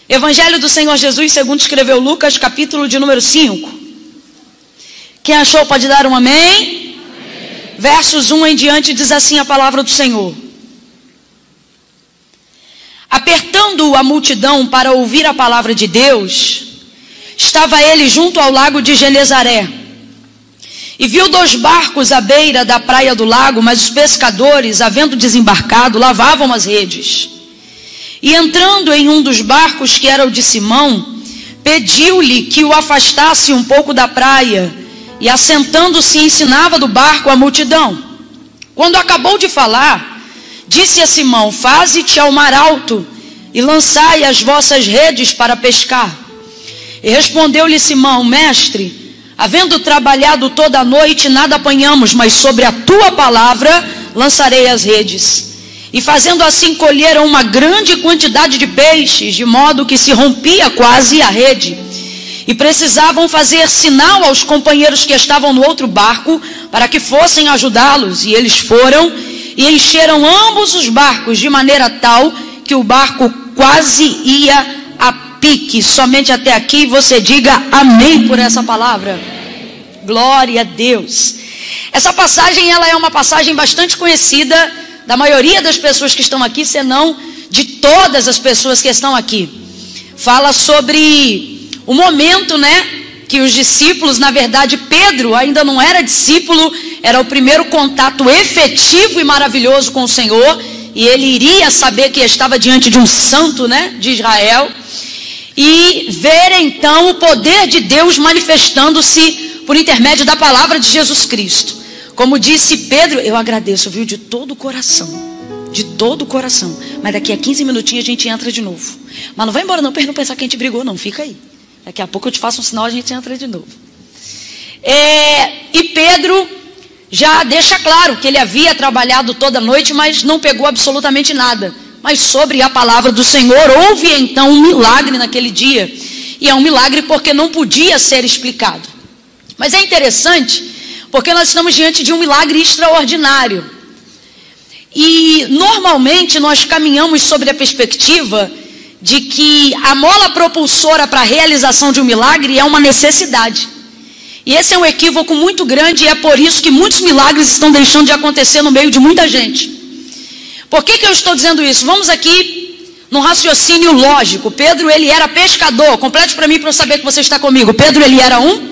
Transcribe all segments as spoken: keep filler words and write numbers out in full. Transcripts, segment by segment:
Evangelho do Senhor Jesus, segundo escreveu Lucas, capítulo de número cinco. Quem achou pode dar um amém? Amém. Versos um em diante diz assim a palavra do Senhor. Apertando a multidão para ouvir a palavra de Deus, estava ele junto ao lago de Genezaré. E viu dois barcos à beira da praia do lago, mas os pescadores, havendo desembarcado, lavavam as redes. E entrando em um dos barcos, que era o de Simão, pediu-lhe que o afastasse um pouco da praia, e assentando-se ensinava do barco a multidão. Quando acabou de falar, disse a Simão: faze-te ao mar alto, e lançai as vossas redes para pescar. E respondeu-lhe Simão: mestre, havendo trabalhado toda a noite, nada apanhamos, mas sobre a tua palavra lançarei as redes. E fazendo assim, colheram uma grande quantidade de peixes, de modo que se rompia quase a rede. E precisavam fazer sinal aos companheiros que estavam no outro barco, para que fossem ajudá-los. E eles foram e encheram ambos os barcos, de maneira tal que o barco quase ia a pique. Somente até aqui você diga amém por essa palavra. Glória a Deus. Essa passagem, ela é uma passagem bastante conhecida da maioria das pessoas que estão aqui, senão de todas as pessoas que estão aqui. Fala sobre o momento, né, que os discípulos, na verdade Pedro ainda não era discípulo, era o primeiro contato efetivo e maravilhoso com o Senhor, e ele iria saber que estava diante de um santo, né, de Israel, e ver então o poder de Deus manifestando-se por intermédio da palavra de Jesus Cristo. Como disse Pedro, eu agradeço, viu, de todo o coração, de todo o coração, mas daqui a quinze minutinhos a gente entra de novo. Mas não vai embora não, para não pensar que a gente brigou não, fica aí. Daqui a pouco eu te faço um sinal, a gente entra de novo. É, e Pedro já deixa claro que ele havia trabalhado toda a noite, mas não pegou absolutamente nada. Mas sobre a palavra do Senhor, houve então um milagre naquele dia. E é um milagre porque não podia ser explicado. Mas é interessante, porque nós estamos diante de um milagre extraordinário. E normalmente nós caminhamos sobre a perspectiva de que a mola propulsora para a realização de um milagre é uma necessidade. E esse é um equívoco muito grande, e é por isso que muitos milagres estão deixando de acontecer no meio de muita gente. Por que que eu estou dizendo isso? Vamos aqui num raciocínio lógico. Pedro, ele era pescador. Complete para mim para eu saber que você está comigo. Pedro, ele era um?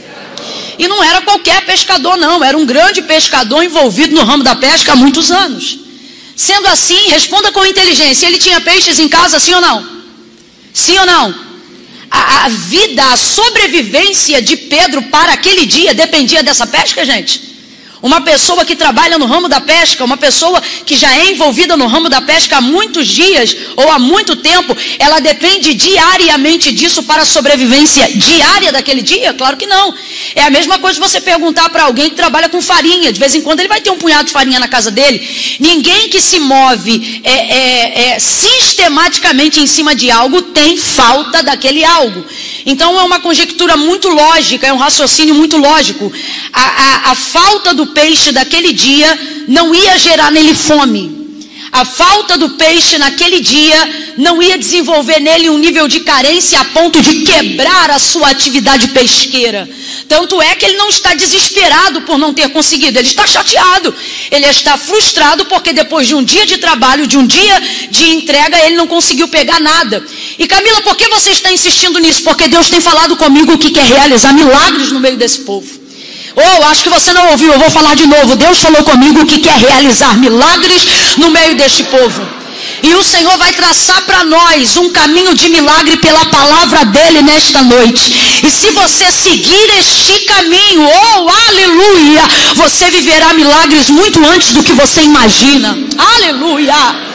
E não era qualquer pescador não, era um grande pescador envolvido no ramo da pesca há muitos anos. Sendo assim, responda com inteligência, ele tinha peixes em casa, sim ou não? Sim ou não? A, a vida, a sobrevivência de Pedro para aquele dia dependia dessa pesca, gente? Uma pessoa que trabalha no ramo da pesca, uma pessoa que já é envolvida no ramo da pesca há muitos dias ou há muito tempo, ela depende diariamente disso para a sobrevivência diária daquele dia? Claro que não. É a mesma coisa de você perguntar para alguém que trabalha com farinha. De vez em quando ele vai ter um punhado de farinha na casa dele. Ninguém que se move é, é, é, sistematicamente em cima de algo tem falta daquele algo. Então é uma conjectura muito lógica, é um raciocínio muito lógico. A, a, a falta do peixe daquele dia não ia gerar nele fome. A falta do peixe naquele dia não ia desenvolver nele um nível de carência a ponto de quebrar a sua atividade pesqueira. Tanto é que ele não está desesperado por não ter conseguido, ele está chateado, ele está frustrado porque depois de um dia de trabalho, de um dia de entrega, ele não conseguiu pegar nada. E Camila, por que você está insistindo nisso? Porque Deus tem falado comigo que quer realizar milagres no meio desse povo. Oh, acho que você não ouviu, eu vou falar de novo. Deus falou comigo que quer realizar milagres no meio deste povo. E o Senhor vai traçar para nós um caminho de milagre pela palavra dele nesta noite. E se você seguir este caminho, oh, aleluia, você viverá milagres muito antes do que você imagina. Aleluia.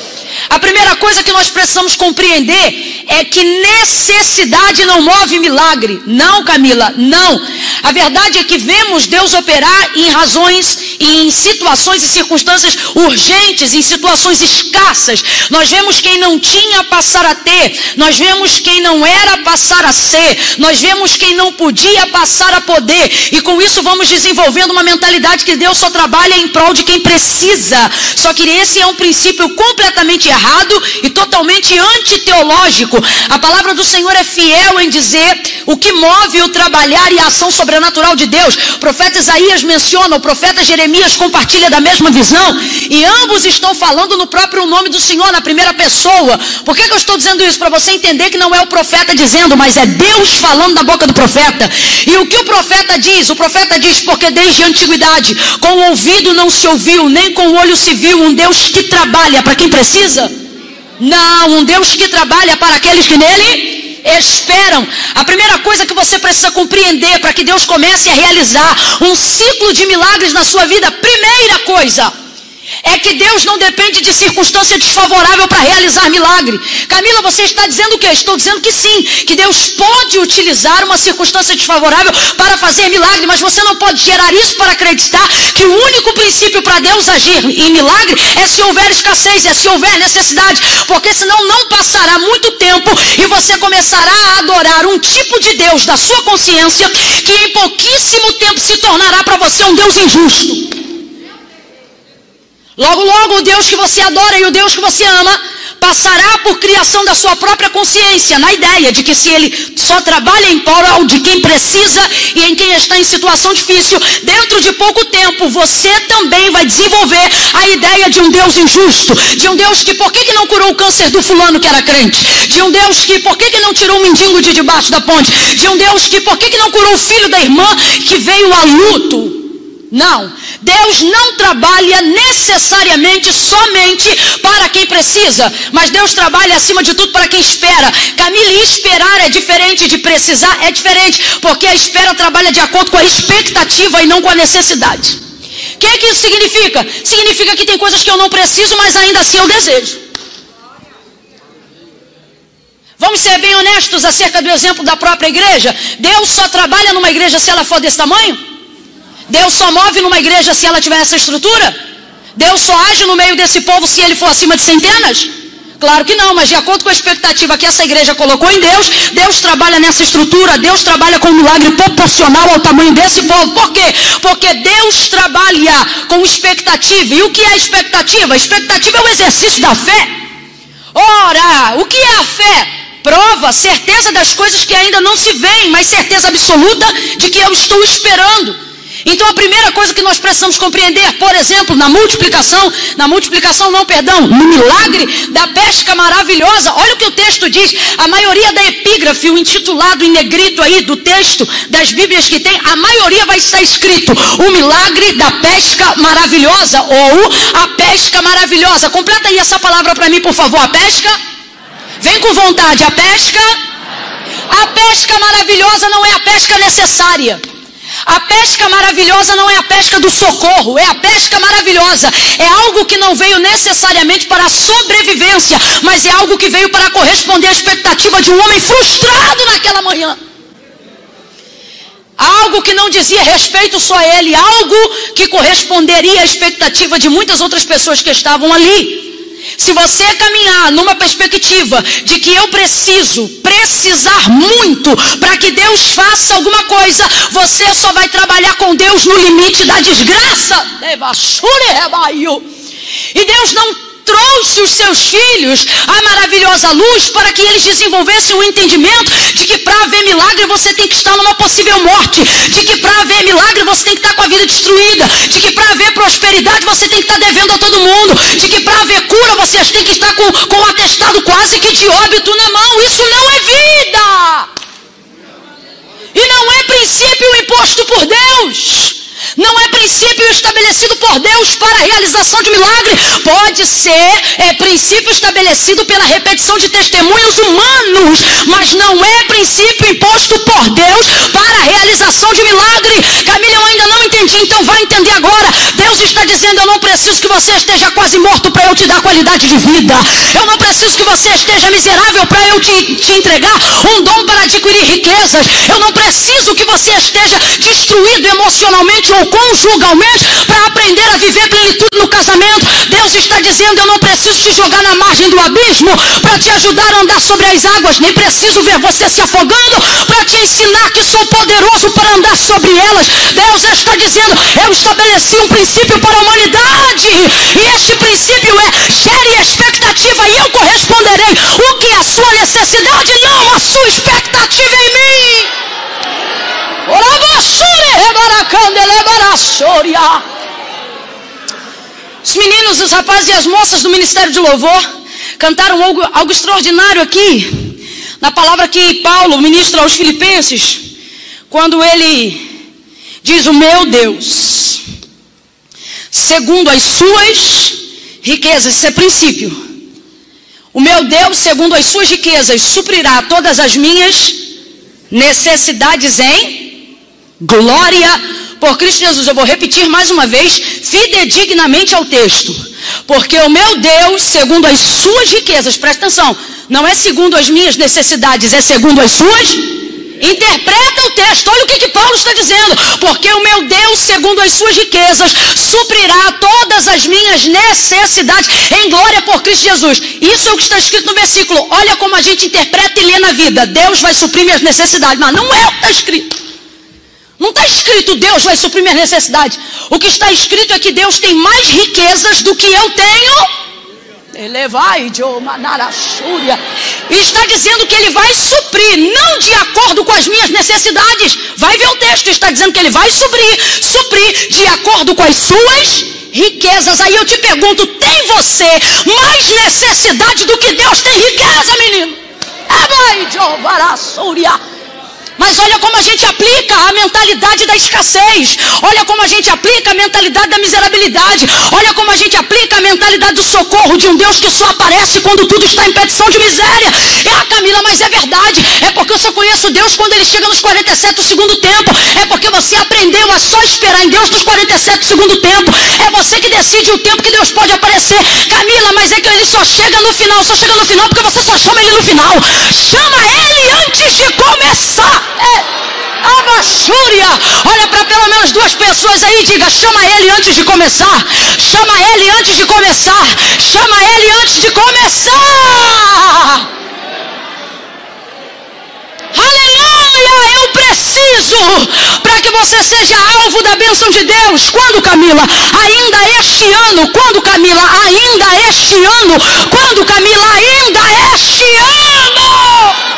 A primeira coisa que nós precisamos compreender é que necessidade não move milagre. Não, Camila, não. A verdade é que vemos Deus operar em razões, em situações e circunstâncias urgentes, em situações escassas. Nós vemos quem não tinha passar a ter. Nós vemos quem não era passar a ser. Nós vemos quem não podia passar a poder. E com isso vamos desenvolvendo uma mentalidade que Deus só trabalha em prol de quem precisa. Só que esse é um princípio completamente errado errado e totalmente antiteológico. A palavra do Senhor é fiel em dizer o que move o trabalhar e a ação sobrenatural de Deus. O profeta Isaías menciona, o profeta Jeremias compartilha da mesma visão, e ambos estão falando no próprio nome do Senhor, na primeira pessoa. Por que que eu estou dizendo isso? Para você entender que não é o profeta dizendo, mas é Deus falando da boca do profeta. E o que o profeta diz? O profeta diz, porque desde a antiguidade, com o ouvido não se ouviu, nem com o olho se viu, um Deus que trabalha para quem precisa? Não, um Deus que trabalha para aqueles que nele esperam. A primeira coisa que você precisa compreender para que Deus comece a realizar um ciclo de milagres na sua vida, primeira coisa, é que Deus não depende de circunstância desfavorável para realizar milagre. Camila, você está dizendo o quê? Estou dizendo que sim, que Deus pode utilizar uma circunstância desfavorável para fazer milagre, mas você não pode gerar isso para acreditar que o único princípio para Deus agir em milagre é se houver escassez, é se houver necessidade, porque senão não passará muito tempo e você começará a adorar um tipo de Deus da sua consciência que em pouquíssimo tempo se tornará para você um Deus injusto. Logo, logo, o Deus que você adora e o Deus que você ama passará por criação da sua própria consciência, na ideia de que se ele só trabalha em prol de quem precisa e em quem está em situação difícil, dentro de pouco tempo você também vai desenvolver a ideia de um Deus injusto, de um Deus que por que, que não curou o câncer do fulano que era crente, de um Deus que por que, que não tirou o mendigo de debaixo da ponte, de um Deus que por que, que não curou o filho da irmã que veio a luto. Não, Deus não trabalha necessariamente somente para quem precisa, mas Deus trabalha acima de tudo para quem espera. Camille, esperar é diferente de precisar, é diferente, porque a espera trabalha de acordo com a expectativa e não com a necessidade. O que, que isso significa? Significa que tem coisas que eu não preciso, mas ainda assim eu desejo. Vamos ser bem honestos acerca do exemplo da própria igreja. Deus só trabalha numa igreja se ela for desse tamanho? Deus só move numa igreja se ela tiver essa estrutura? Deus só age no meio desse povo se ele for acima de centenas? Claro que não, mas de acordo com a expectativa que essa igreja colocou em Deus, Deus trabalha nessa estrutura, Deus trabalha com um milagre proporcional ao tamanho desse povo. Por quê? Porque Deus trabalha com expectativa. E o que é expectativa? A expectativa é o exercício da fé. Ora, o que é a fé? Prova, certeza das coisas que ainda não se veem, mas certeza absoluta de que eu estou esperando. Então a primeira coisa que nós precisamos compreender, por exemplo, na multiplicação, na multiplicação não, perdão, no milagre da pesca maravilhosa, olha o que o texto diz, a maioria da epígrafe, o intitulado em negrito aí do texto das Bíblias que tem, a maioria vai estar escrito, o milagre da pesca maravilhosa, ou a pesca maravilhosa. Completa aí essa palavra para mim, por favor, a pesca, vem com vontade, a pesca, a pesca maravilhosa não é a pesca necessária. A pesca maravilhosa não é a pesca do socorro, é a pesca maravilhosa. É algo que não veio necessariamente para a sobrevivência, mas é algo que veio para corresponder à expectativa de um homem frustrado naquela manhã. Algo que não dizia respeito só a ele, algo que corresponderia à expectativa de muitas outras pessoas que estavam ali. Se você caminhar numa perspectiva de que eu preciso precisar muito para que Deus faça alguma coisa, você só vai trabalhar com Deus no limite da desgraça. E Deus não trouxe os seus filhos à maravilhosa luz para que eles desenvolvessem o entendimento de que para haver milagre você tem que estar numa possível morte, de que para haver milagre você tem que estar com a vida destruída, de que para haver prosperidade você tem que estar devendo a todo mundo, de que para haver cura você tem que estar com, com um atestado quase que de óbito na mão. Isso não é vida e não é princípio imposto por Deus. Não é princípio estabelecido por Deus para a realização de milagre. Pode ser é, princípio estabelecido pela repetição de testemunhos humanos, mas não é princípio imposto por Deus para a realização de milagre. Camila, eu ainda não entendi, então vai entender agora. Deus está dizendo, eu não preciso que você esteja quase morto para eu te dar qualidade de vida. Eu não preciso que você esteja miserável para eu te, te entregar um dom para adquirir riquezas. Eu não preciso que você esteja destruído emocionalmente ou conjugalmente para aprender a viver plenitude no casamento. Deus está dizendo: eu não preciso te jogar na margem do abismo para te ajudar a andar sobre as águas, nem preciso ver você se afogando para te ensinar que sou poderoso para andar sobre elas. Deus está dizendo: eu estabeleci um princípio para a humanidade, e este princípio é: gere expectativa e eu corresponderei. O que é a sua necessidade, não a sua expectativa em mim. Os meninos, os rapazes e as moças do Ministério de Louvor cantaram algo, algo extraordinário aqui, na palavra que Paulo ministra aos Filipenses, quando ele diz: o meu Deus, segundo as suas riquezas, isso é princípio, o meu Deus, segundo as suas riquezas, suprirá todas as minhas necessidades em glória por Cristo Jesus. Eu vou repetir mais uma vez, fidedignamente ao texto. Porque o meu Deus, segundo as suas riquezas, presta atenção, não é segundo as minhas necessidades, é segundo as suas. Interpreta o texto, olha o que, que Paulo está dizendo. Porque o meu Deus, segundo as suas riquezas, suprirá todas as minhas necessidades em glória por Cristo Jesus. Isso é o que está escrito no versículo. Olha como a gente interpreta e lê na vida: Deus vai suprir minhas necessidades. Mas não é o que está escrito. Não está escrito Deus vai suprir minhas necessidades. O que está escrito é que Deus tem mais riquezas do que eu tenho. Elevai de Omanarachúria. E está dizendo que Ele vai suprir, não de acordo com as minhas necessidades. Vai ver o texto, está dizendo que Ele vai suprir, suprir de acordo com as suas riquezas. Aí eu te pergunto: tem você mais necessidade do que Deus tem riqueza, menino? Elevai de Omanarachúria. Mas olha como a gente aplica a mentalidade da escassez. Olha como a gente aplica a mentalidade da miserabilidade. Olha como a gente aplica a mentalidade do socorro de um Deus que só aparece quando tudo está em petição de miséria. É, a Camila, mas é verdade. É porque eu só conheço Deus quando Ele chega nos quarenta e sete do segundo tempo. É porque você aprendeu a só esperar em Deus nos quarenta e sete do segundo tempo. É você que decide o tempo que Deus pode aparecer. Camila, mas é que Ele só chega no final. Só chega no final porque você só chama Ele no final. Chama Ele antes de começar. É, Abachúria. Olha para pelo menos duas pessoas aí e diga: chama Ele antes de começar. Chama Ele antes de começar. Chama Ele antes de começar. Aleluia. Eu preciso, para que você seja alvo da bênção de Deus. Quando, Camila? Ainda este ano. Quando, Camila? Ainda este ano. Quando, Camila? Ainda este ano.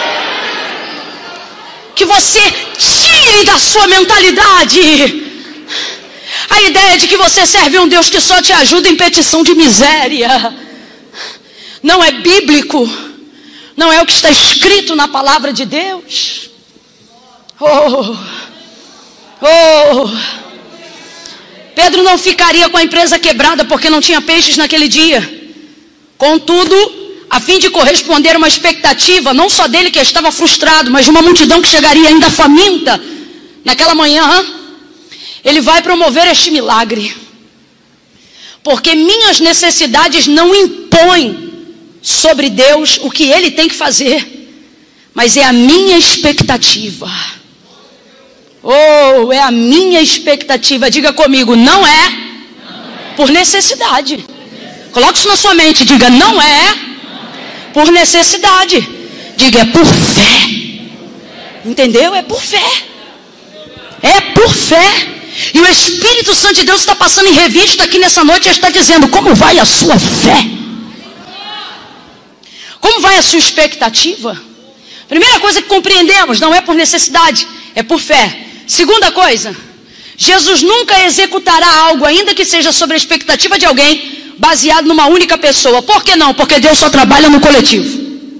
Que você tire da sua mentalidade a ideia de que você serve um Deus que só te ajuda em petição de miséria. Não é bíblico. Não é o que está escrito na palavra de Deus. Oh, oh. Pedro não ficaria com a empresa quebrada porque não tinha peixes naquele dia. Contudo, a fim de corresponder a uma expectativa, não só dele que estava frustrado, mas de uma multidão que chegaria ainda faminta naquela manhã, ele vai promover este milagre. Porque minhas necessidades não impõem sobre Deus o que Ele tem que fazer, mas é a minha expectativa. Oh, é a minha expectativa. Diga comigo: não é por necessidade. Coloque isso na sua mente. Diga: não é por necessidade. Diga: é por fé. Entendeu? É por fé. É por fé. E o Espírito Santo de Deus está passando em revista aqui nessa noite e está dizendo: como vai a sua fé? Como vai a sua expectativa? Primeira coisa que compreendemos: não é por necessidade, é por fé. Segunda coisa: Jesus nunca executará algo, ainda que seja sobre a expectativa de alguém, baseado numa única pessoa. Por que não? Porque Deus só trabalha no coletivo.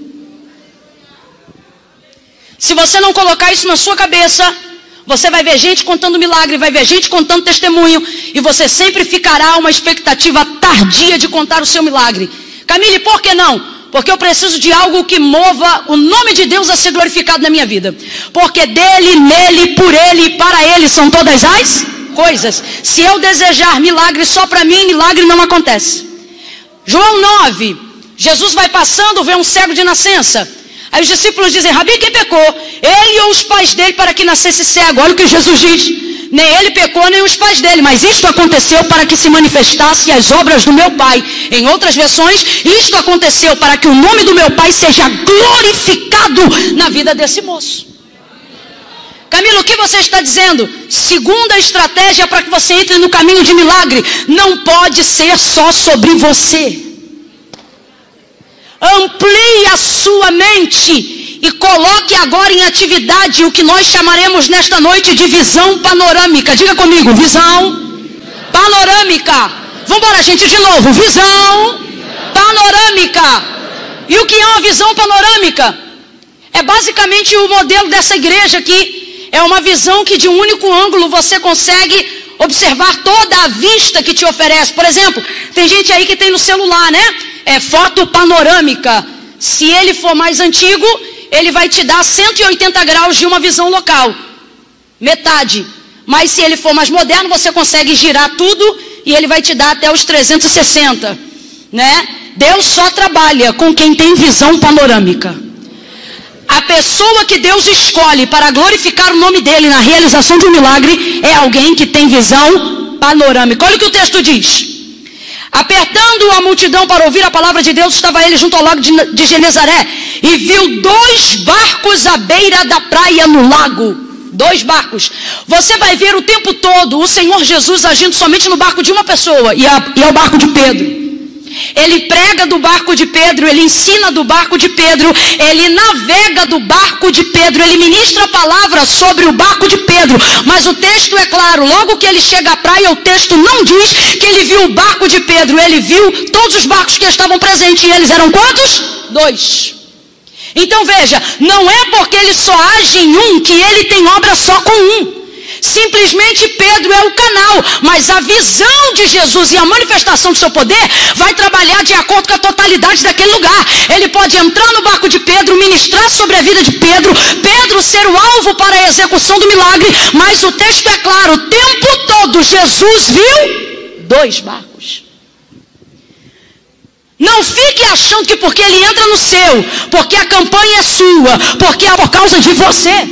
Se você não colocar isso na sua cabeça, você vai ver gente contando milagre, vai ver gente contando testemunho, e você sempre ficará uma expectativa tardia de contar o seu milagre. Camille, por que não? Porque eu preciso de algo que mova o nome de Deus a ser glorificado na minha vida. Porque dele, nele, por ele e para ele são todas as coisas. Se eu desejar milagre só para mim, milagre não acontece. João nove, Jesus vai passando, vê um cego de nascença. Aí os discípulos dizem: Rabi, quem pecou? Ele ou os pais dele para que nascesse cego? Olha o que Jesus diz: nem ele pecou, nem os pais dele, mas isto aconteceu para que se manifestassem as obras do meu Pai. Em outras versões, isto aconteceu para que o nome do meu Pai seja glorificado na vida desse moço. Camilo, o que você está dizendo? Segunda estratégia para que você entre no caminho de milagre: não pode ser só sobre você. Amplie a sua mente e coloque agora em atividade o que nós chamaremos nesta noite de visão panorâmica. Diga comigo, visão panorâmica. Vamos embora, gente, de novo. Visão panorâmica. E o que é uma visão panorâmica? É basicamente o modelo dessa igreja aqui. É uma visão que de um único ângulo você consegue observar toda a vista que te oferece. Por exemplo, tem gente aí que tem no celular, né? É foto panorâmica. Se ele for mais antigo, ele vai te dar cento e oitenta graus de uma visão local. Metade. Mas se ele for mais moderno, você consegue girar tudo e ele vai te dar até os trezentos e sessenta. Né? Deus só trabalha com quem tem visão panorâmica. A pessoa que Deus escolhe para glorificar o nome dele na realização de um milagre é alguém que tem visão panorâmica. Olha o que o texto diz. Apertando a multidão para ouvir a palavra de Deus, estava ele junto ao lago de Genezaré e viu dois barcos à beira da praia no lago. Dois barcos. Você vai ver o tempo todo o Senhor Jesus agindo somente no barco de uma pessoa, e é o barco de Pedro. Ele prega do barco de Pedro, ele ensina do barco de Pedro, ele navega do barco de Pedro, ele ministra a palavra sobre o barco de Pedro. Mas o texto é claro, logo que ele chega à praia, o texto não diz que ele viu o barco de Pedro, ele viu todos os barcos que estavam presentes, e eles eram quantos? Dois. Então veja, não é porque ele só age em um que ele tem obra só com um. Simplesmente Pedro é o canal, mas a visão de Jesus e a manifestação do seu poder vai trabalhar de acordo com a totalidade daquele lugar. Ele pode entrar no barco de Pedro, ministrar sobre a vida de Pedro, Pedro ser o alvo para a execução do milagre, mas o texto é claro, o tempo todo Jesus viu dois barcos. Não fique achando que porque ele entra no seu, porque a campanha é sua, porque é por causa de você.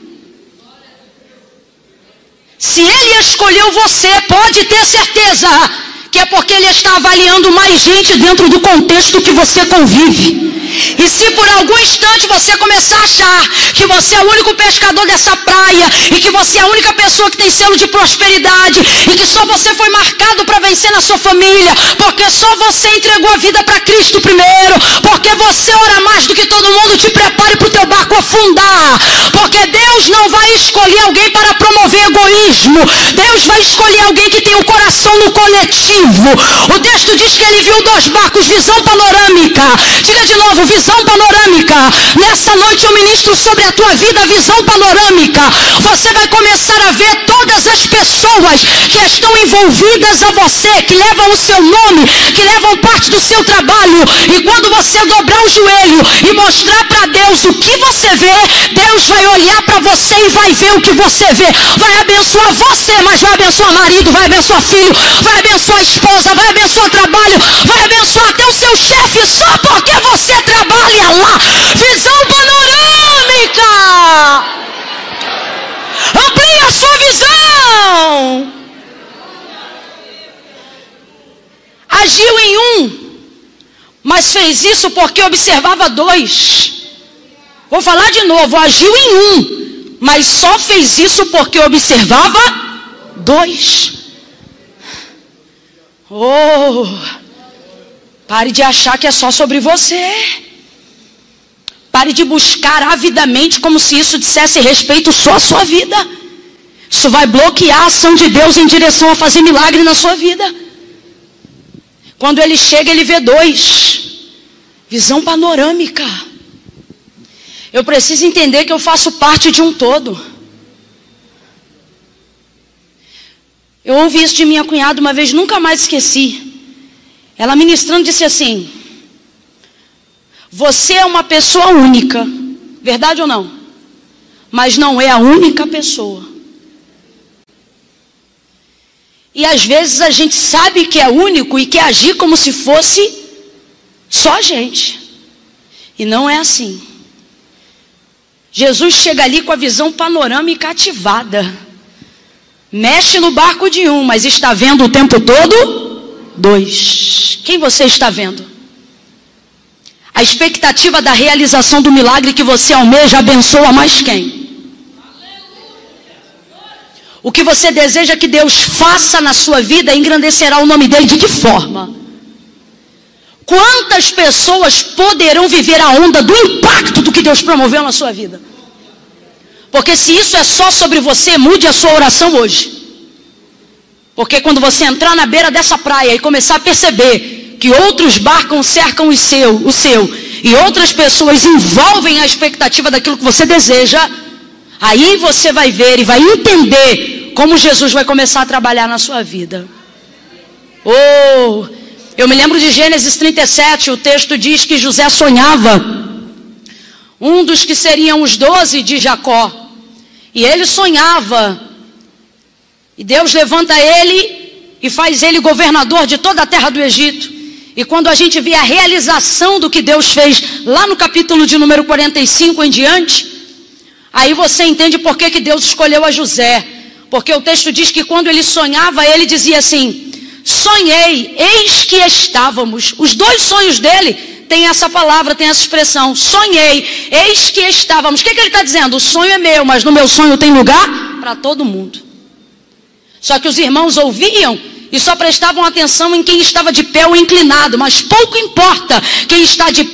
Se ele escolheu você, pode ter certeza que é porque ele está avaliando mais gente dentro do contexto que você convive. E se por algum instante você começar a achar que você é o único pescador dessa praia, e que você é a única pessoa que tem selo de prosperidade, e que só você foi marcado para vencer na sua família, porque só você entregou a vida para Cristo primeiro, porque você ora mais do que todo mundo, te prepare para o teu barco afundar. Porque Deus não vai escolher alguém para promover egoísmo. Deus vai escolher alguém que tem o coração no coletivo. O texto diz que ele viu dois barcos, visão panorâmica. Diga de novo, visão panorâmica. Nessa noite eu ministro sobre a tua vida visão panorâmica. Você vai começar a ver todas as pessoas que estão envolvidas a você, que levam o seu nome, que levam parte do seu trabalho. E quando você dobrar o joelho e mostrar para Deus o que você vê, Deus vai olhar para você e vai ver o que você vê. Vai abençoar você, mas vai abençoar marido, vai abençoar filho, vai abençoar esposa, vai abençoar trabalho, vai abençoar até o seu chefe, só porque você trabalha lá. Visão panorâmica. Amplie a sua visão. Agiu em um, mas fez isso porque observava dois. Vou falar de novo, agiu em um, mas só fez isso porque observava dois. Oh, pare de achar que é só sobre você. Pare de buscar avidamente como se isso dissesse respeito só à sua vida. Isso vai bloquear a ação de Deus em direção a fazer milagre na sua vida. Quando ele chega, ele vê dois. Visão panorâmica. Eu preciso entender que eu faço parte de um todo. Eu ouvi isso de minha cunhada uma vez, nunca mais esqueci. Ela ministrando disse assim: você é uma pessoa única, verdade ou não? Mas não é a única pessoa. E às vezes a gente sabe que é único e quer agir como se fosse só a gente. E não é assim. Jesus chega ali com a visão panorâmica ativada. Mexe no barco de um, mas está vendo o tempo todo dois. Quem você está vendo? A expectativa da realização do milagre que você almeja abençoa mais quem? O que você deseja que Deus faça na sua vida engrandecerá o nome dele de que forma? Quantas pessoas poderão viver a onda do impacto do que Deus promoveu na sua vida? Porque se isso é só sobre você, mude a sua oração hoje. Porque quando você entrar na beira dessa praia e começar a perceber que outros barcos cercam o seu, o seu e outras pessoas envolvem a expectativa daquilo que você deseja, aí você vai ver e vai entender como Jesus vai começar a trabalhar na sua vida. Oh, eu me lembro de Gênesis trinta e sete, o texto diz que José sonhava um dos que seriam os doze de Jacó. E ele sonhava, e Deus levanta ele e faz ele governador de toda a terra do Egito. E quando a gente vê a realização do que Deus fez lá no capítulo de número quarenta e cinco em diante, aí você entende por que que Deus escolheu a José. Porque o texto diz que quando ele sonhava, ele dizia assim: sonhei, eis que estávamos. Os dois sonhos dele tem essa palavra, tem essa expressão, sonhei, eis que estávamos. O que, que ele está dizendo? O sonho é meu, mas no meu sonho tem lugar para todo mundo. Só que os irmãos ouviam e só prestavam atenção em quem estava de pé ou inclinado, mas pouco importa quem está de pé.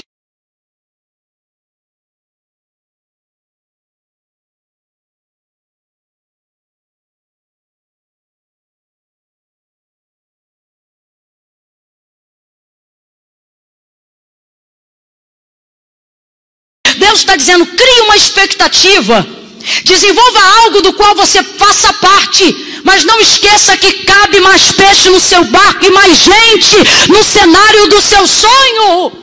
Deus está dizendo, crie uma expectativa, desenvolva algo do qual você faça parte, mas não esqueça que cabe mais peixe no seu barco e mais gente no cenário do seu sonho.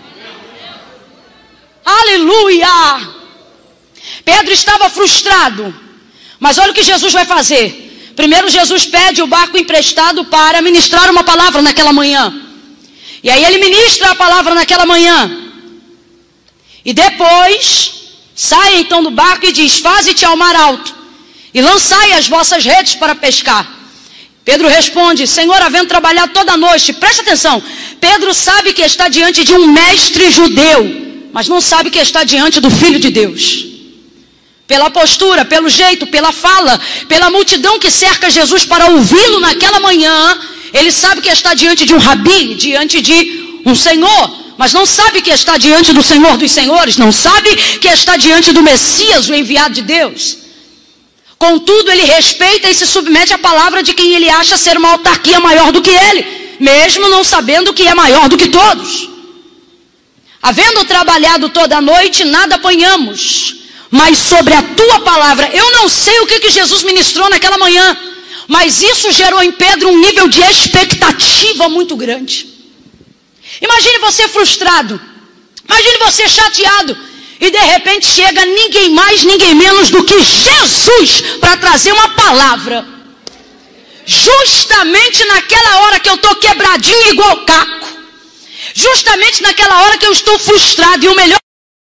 Aleluia! Pedro estava frustrado, mas olha o que Jesus vai fazer. Primeiro Jesus pede o barco emprestado para ministrar uma palavra naquela manhã, e aí ele ministra a palavra naquela manhã. E depois, sai então do barco e diz, faze-te ao mar alto, e lançai as vossas redes para pescar. Pedro responde, Senhor, havendo trabalhado toda a noite. Presta atenção, Pedro sabe que está diante de um mestre judeu, mas não sabe que está diante do Filho de Deus. Pela postura, pelo jeito, pela fala, pela multidão que cerca Jesus para ouvi-lo naquela manhã, ele sabe que está diante de um rabi, diante de um Senhor, mas não sabe que está diante do Senhor dos Senhores, não sabe que está diante do Messias, o enviado de Deus. Contudo, ele respeita e se submete à palavra de quem ele acha ser uma autarquia maior do que ele, mesmo não sabendo que é maior do que todos. Havendo trabalhado toda a noite, nada apanhamos, mas sobre a tua palavra, eu não sei o que, que Jesus ministrou naquela manhã, mas isso gerou em Pedro um nível de expectativa muito grande. Imagine você frustrado, imagine você chateado, e de repente chega ninguém mais, ninguém menos do que Jesus para trazer uma palavra. Justamente naquela hora que eu estou quebradinho igual caco, justamente naquela hora que eu estou frustrado, e o melhor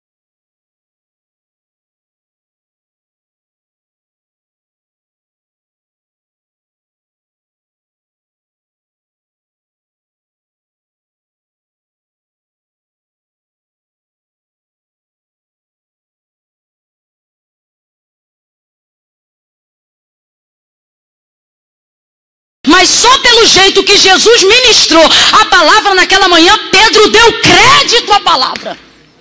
mas só pelo jeito que Jesus ministrou a palavra naquela manhã, Pedro deu crédito à palavra.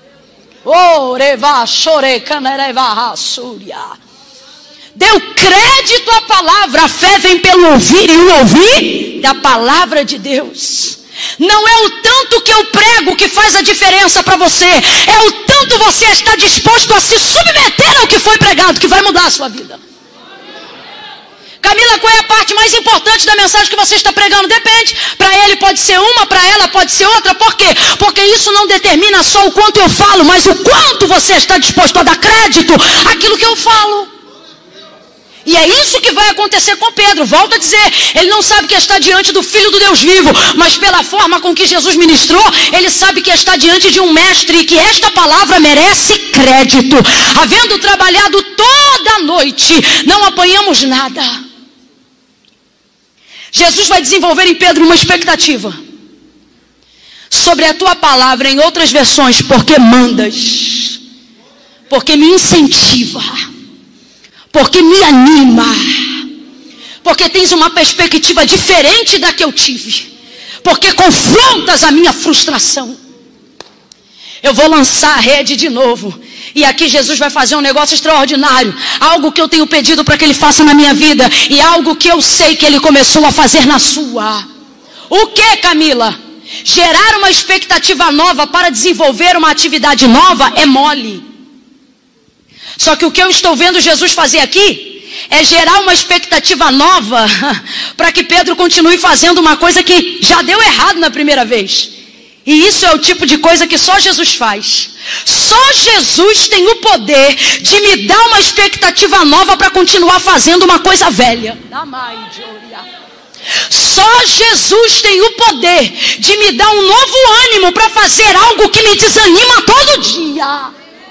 Deu crédito à palavra. A fé vem pelo ouvir e o ouvir da palavra de Deus. Não é o tanto que eu prego que faz a diferença para você, é o tanto você está disposto a se submeter ao que foi pregado que vai mudar a sua vida. Camila, qual é a parte mais importante da mensagem que você está pregando? Depende. Para ele pode ser uma, para ela pode ser outra. Por quê? Porque isso não determina só o quanto eu falo, mas o quanto você está disposto a dar crédito àquilo que eu falo. E é isso que vai acontecer com Pedro. Volto a dizer, ele não sabe que está diante do Filho do Deus vivo, mas pela forma com que Jesus ministrou, ele sabe que está diante de um mestre e que esta palavra merece crédito. Havendo trabalhado toda a noite, não apanhamos nada. Jesus vai desenvolver em Pedro uma expectativa sobre a tua palavra, em outras versões, porque mandas, porque me incentiva, porque me anima, porque tens uma perspectiva diferente da que eu tive, porque confrontas a minha frustração. Eu vou lançar a rede de novo. E aqui Jesus vai fazer um negócio extraordinário. Algo que eu tenho pedido para que Ele faça na minha vida. E algo que eu sei que Ele começou a fazer na sua. O que, Camila? Gerar uma expectativa nova para desenvolver uma atividade nova é mole. Só que o que eu estou vendo Jesus fazer aqui é gerar uma expectativa nova para que Pedro continue fazendo uma coisa que já deu errado na primeira vez. E isso é o tipo de coisa que só Jesus faz. Só Jesus tem o poder de me dar uma expectativa nova para continuar fazendo uma coisa velha. Só Jesus tem o poder de me dar um novo ânimo para fazer algo que me desanima todo dia.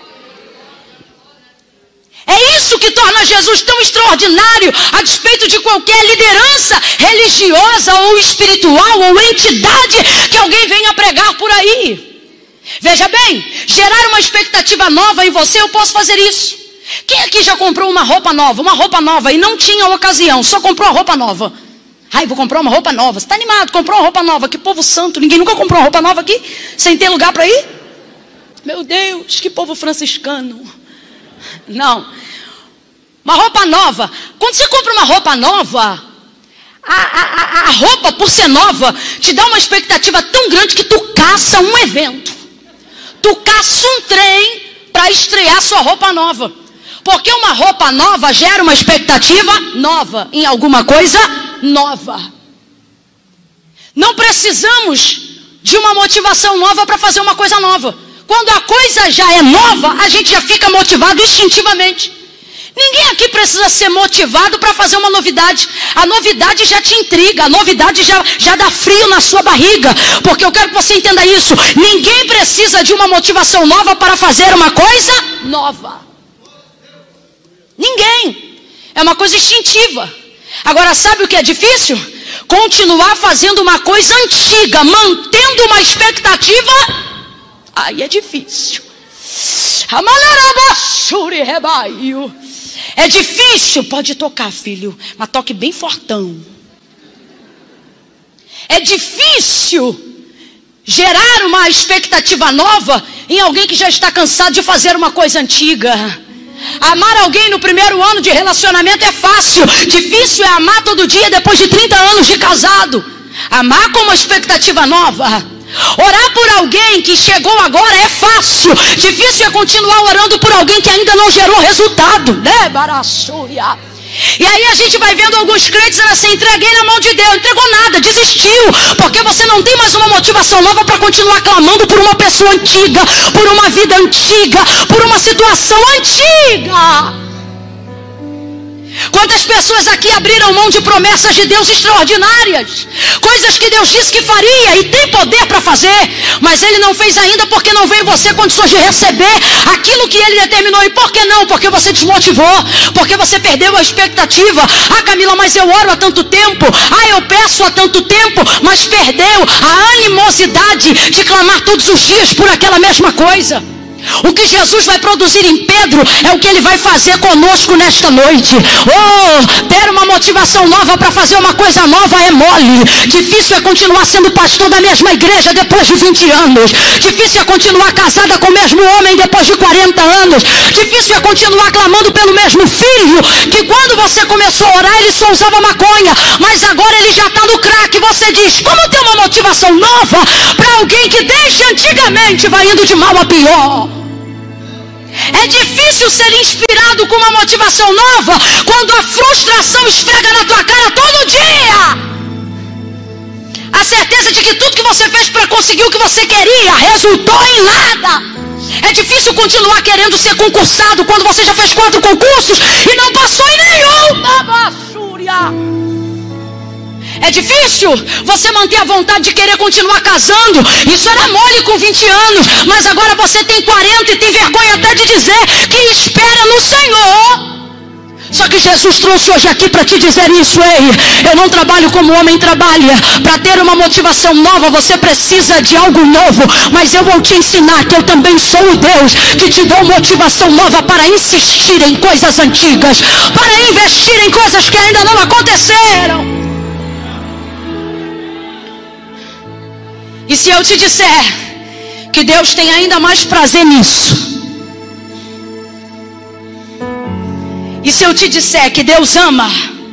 É isso que torna Jesus tão extraordinário, a despeito de qualquer liderança religiosa ou espiritual ou entidade que alguém venha pregar por aí. Veja bem, gerar uma expectativa nova em você, eu posso fazer isso. Quem aqui já comprou uma roupa nova, uma roupa nova e não tinha ocasião, só comprou uma roupa nova? Ai, vou comprar uma roupa nova. Você está animado, comprou uma roupa nova, que povo santo, ninguém nunca comprou uma roupa nova aqui, sem ter lugar para ir? Meu Deus, que povo franciscano. Não, uma roupa nova. Quando você compra uma roupa nova, a, a, a roupa, por ser nova, te dá uma expectativa tão grande que tu caça um evento, tu caça um trem para estrear sua roupa nova. Porque uma roupa nova gera uma expectativa nova em alguma coisa nova. Não precisamos de uma motivação nova para fazer uma coisa nova. Quando a coisa já é nova, a gente já fica motivado instintivamente. Ninguém aqui precisa ser motivado para fazer uma novidade. A novidade já te intriga, a novidade já, já dá frio na sua barriga. Porque eu quero que você entenda isso. Ninguém precisa de uma motivação nova para fazer uma coisa nova. Ninguém. É uma coisa instintiva. Agora, sabe o que é difícil? Continuar fazendo uma coisa antiga, mantendo uma expectativa. Aí é difícil. É difícil. Pode tocar, filho, mas toque bem fortão. É difícil gerar uma expectativa nova em alguém que já está cansado de fazer uma coisa antiga. Amar alguém no primeiro ano de relacionamento é fácil. Difícil é amar todo dia depois de trinta anos de casado. Amar com uma expectativa nova. Orar por alguém que chegou agora é fácil. Difícil é continuar orando por alguém que ainda não gerou resultado, né, Barassúria? E aí a gente vai vendo alguns crentes dizendo assim: entreguei na mão de Deus. Não entregou nada, desistiu. Porque você não tem mais uma motivação nova para continuar clamando por uma pessoa antiga, por uma vida antiga, por uma situação antiga. Quantas pessoas aqui abriram mão de promessas de Deus extraordinárias, coisas que Deus disse que faria e tem poder para fazer, mas Ele não fez ainda porque não veio você condições de receber aquilo que Ele determinou. E por que não? Porque você desmotivou, porque você perdeu a expectativa. Ah, Camila, mas eu oro há tanto tempo, ah, eu peço há tanto tempo, mas perdeu a animosidade de clamar todos os dias por aquela mesma coisa. O que Jesus vai produzir em Pedro é o que Ele vai fazer conosco nesta noite. Oh, ter uma motivação nova para fazer uma coisa nova é mole. Difícil é continuar sendo pastor da mesma igreja depois de vinte anos. Difícil é continuar casada com o mesmo homem depois de quarenta anos. Difícil é continuar clamando pelo mesmo filho, que quando você começou a orar ele só usava maconha, mas agora ele já está no crack. Você diz: como ter uma motivação nova para alguém que desde antigamente vai indo de mal a pior? É difícil ser inspirado com uma motivação nova quando a frustração esfrega na tua cara todo dia. A certeza de que tudo que você fez para conseguir o que você queria resultou em nada. É difícil continuar querendo ser concursado quando você já fez quatro concursos e não passou em nenhum. Babachúria. É difícil você manter a vontade de querer continuar casando. Isso era mole com vinte anos, mas agora você tem quarenta e tem vergonha até de dizer que espera no Senhor. Só Só que Jesus trouxe hoje aqui para te dizer isso. Ei, eu não trabalho como o homem trabalha. Para ter uma motivação nova, você precisa de algo novo. Mas eu vou te ensinar que eu também sou o Deus que te dou motivação nova para insistir em coisas antigas, para investir em coisas que ainda não aconteceram. E se eu te disser que Deus tem ainda mais prazer nisso, e se eu te disser que Deus ama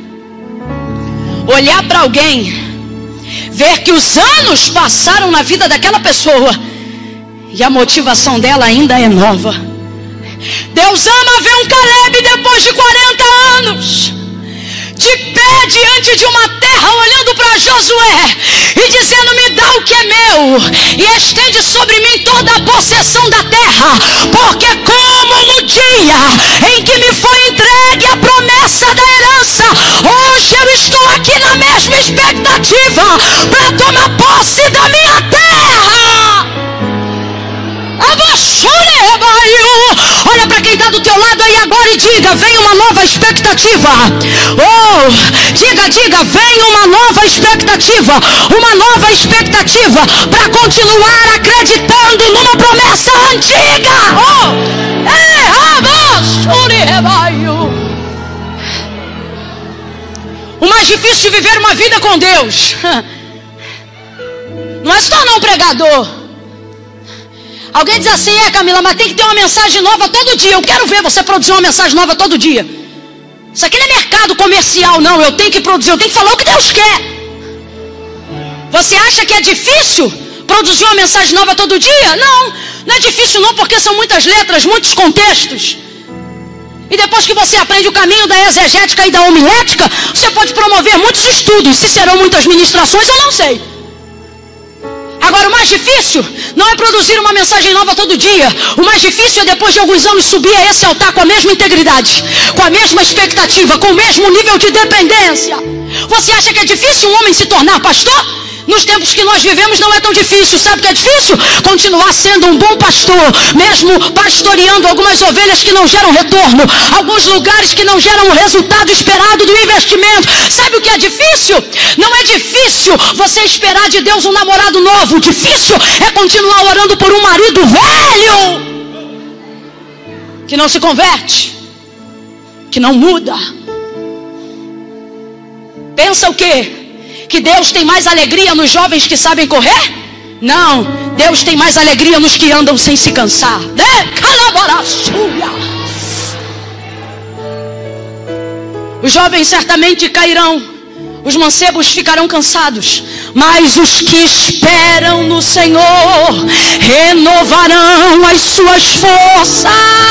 olhar para alguém, ver que os anos passaram na vida daquela pessoa e a motivação dela ainda é nova. Deus ama ver um Caleb depois de quarenta anos de pé diante de uma terra, olhando para Josué e dizendo: me dá o que é meu e estende sobre mim toda a possessão da terra, porque como no dia em que me foi entregue a promessa da herança, hoje eu estou aqui na mesma expectativa para tomar posse da minha terra. Olha para quem está do teu lado aí agora e diga: vem uma nova expectativa. Oh, diga, diga, vem uma nova expectativa. Uma nova expectativa para continuar acreditando numa promessa antiga. Oh, o mais difícil de viver uma vida com Deus não é se tornar um pregador. Alguém diz assim: é, Camila, mas tem que ter uma mensagem nova todo dia. Eu quero ver você produzir uma mensagem nova todo dia. Isso aqui não é mercado comercial, não. Eu tenho que produzir, eu tenho que falar o que Deus quer. Você acha que é difícil produzir uma mensagem nova todo dia? Não, não é difícil não, porque são muitas letras, muitos contextos. E depois que você aprende o caminho da exegética e da homilética, você pode promover muitos estudos. Se serão muitas ministrações, eu não sei. Agora, o mais difícil não é produzir uma mensagem nova todo dia. O mais difícil é, depois de alguns anos, subir a esse altar com a mesma integridade, com a mesma expectativa, com o mesmo nível de dependência. Você acha que é difícil um homem se tornar pastor? Nos tempos que nós vivemos não é tão difícil. Sabe o que é difícil? Continuar sendo um bom pastor, mesmo pastoreando algumas ovelhas que não geram retorno, alguns lugares que não geram o resultado esperado do investimento. Sabe o que é difícil? Não é difícil você esperar de Deus um namorado novo. Difícil é continuar orando por um marido velho que não se converte, que não muda. Pensa o quê? Que Deus tem mais alegria nos jovens que sabem correr? Não, Deus tem mais alegria nos que andam sem se cansar. Os jovens certamente cairão, os mancebos ficarão cansados, mas os que esperam no Senhor renovarão as suas forças.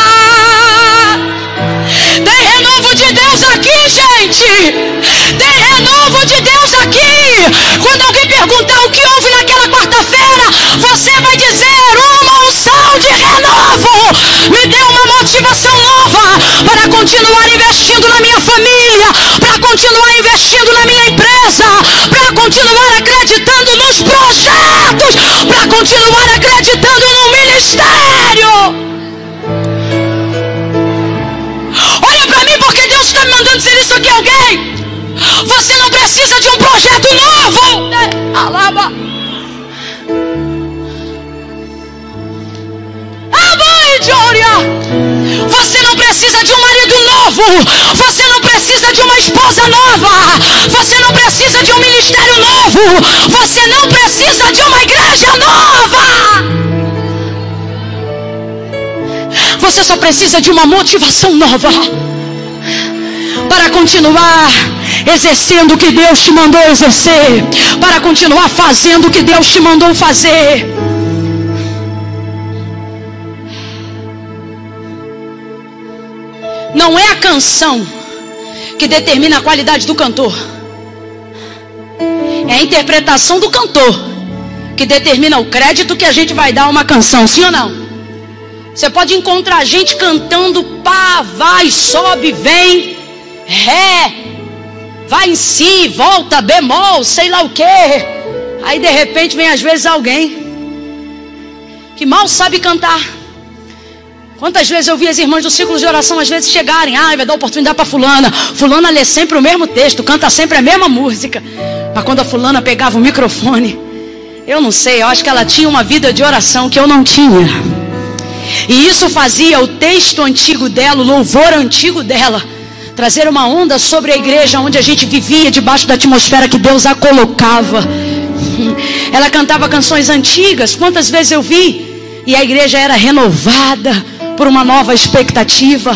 Tem renovo de Deus aqui, gente. Tem renovo de Deus aqui. Quando alguém perguntar o que houve naquela quarta-feira, você vai dizer: uma unção de renovo me deu uma motivação nova para continuar investindo na minha família, para continuar investindo na minha empresa, para continuar acreditando nos projetos, para continuar acreditando no ministério. Olha para mim, porque Deus está me mandando dizer isso aqui a alguém. Você não precisa de um projeto novo. Alaba. Você não precisa de um marido novo. Você não precisa de uma esposa nova. Você não precisa de um ministério novo. Você não precisa de uma igreja nova. Você só precisa de uma motivação nova para continuar exercendo o que Deus te mandou exercer, para continuar fazendo o que Deus te mandou fazer. Não é a canção que determina a qualidade do cantor, é a interpretação do cantor que determina o crédito que a gente vai dar a uma canção, sim ou não? Você pode encontrar gente cantando pá, vai, sobe, vem, ré, vai em si, volta, bemol, sei lá o que. Aí de repente vem às vezes alguém que mal sabe cantar, Quantas vezes eu vi as irmãs do círculo de oração às vezes chegarem, ah, vai dar oportunidade para fulana. Fulana lê sempre o mesmo texto, canta sempre a mesma música. Mas quando a fulana pegava o microfone, eu não sei, eu acho que ela tinha uma vida de oração que eu não tinha. E isso fazia o texto antigo dela, o louvor antigo dela, trazer uma onda sobre a igreja onde a gente vivia debaixo da atmosfera que Deus a colocava. Ela cantava canções antigas, quantas vezes eu vi, e a igreja era renovada por uma nova expectativa.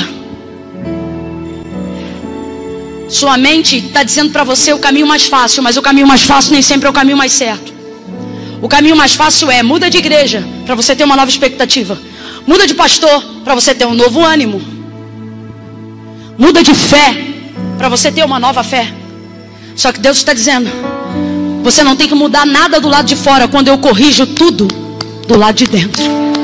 Sua mente está dizendo para você o caminho mais fácil, mas o caminho mais fácil nem sempre é o caminho mais certo. O caminho mais fácil é muda de igreja para você ter uma nova expectativa. Muda de pastor para você ter um novo ânimo. Muda de fé para você ter uma nova fé. Só que Deus está dizendo, você não tem que mudar nada do lado de fora quando eu corrijo tudo do lado de dentro.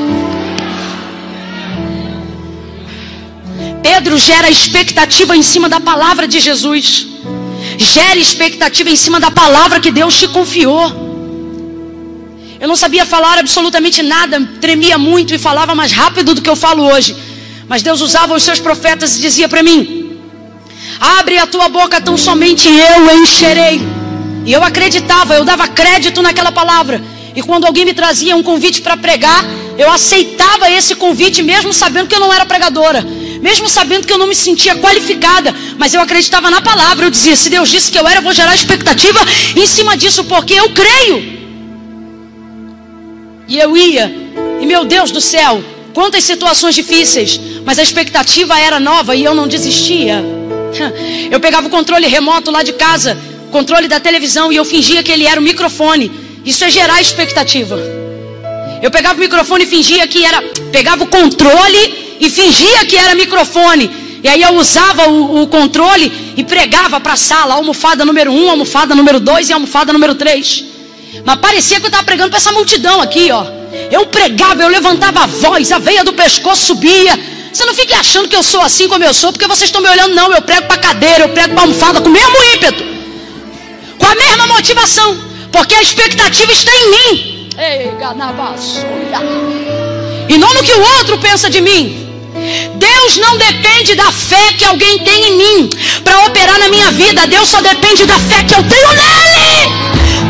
Pedro gera expectativa em cima da palavra de Jesus. Gera expectativa em cima da palavra que Deus te confiou. Eu não sabia falar absolutamente nada, tremia muito e falava mais rápido do que eu falo hoje. Mas Deus usava os seus profetas e dizia para mim, abre a tua boca, tão somente eu encherei. E eu acreditava, eu dava crédito naquela palavra. E quando alguém me trazia um convite para pregar, eu aceitava esse convite mesmo sabendo que eu não era pregadora. Mesmo sabendo que eu não me sentia qualificada, mas eu acreditava na palavra. Eu dizia, se Deus disse que eu era, eu vou gerar expectativa em cima disso, porque eu creio. E eu ia, e meu Deus do céu, quantas situações difíceis, mas a expectativa era nova e eu não desistia. Eu pegava o controle remoto lá de casa, controle da televisão, e eu fingia que ele era o microfone. Isso é gerar expectativa. Eu pegava o microfone e fingia que era, pegava o controle e fingia que era microfone. E aí eu usava o, o controle e pregava para a sala, almofada número um, almofada número dois e almofada número três. Mas parecia que eu estava pregando para essa multidão aqui, ó. Eu pregava, eu levantava a voz, a veia do pescoço subia. Você não fique achando que eu sou assim como eu sou, porque vocês estão me olhando, não. Eu prego para cadeira, eu prego para almofada com o mesmo ímpeto, com a mesma motivação, porque a expectativa está em mim. E não no que o outro pensa de mim. Deus não depende da fé que alguém tem em mim para operar na minha vida. Deus só depende da fé que eu tenho nele.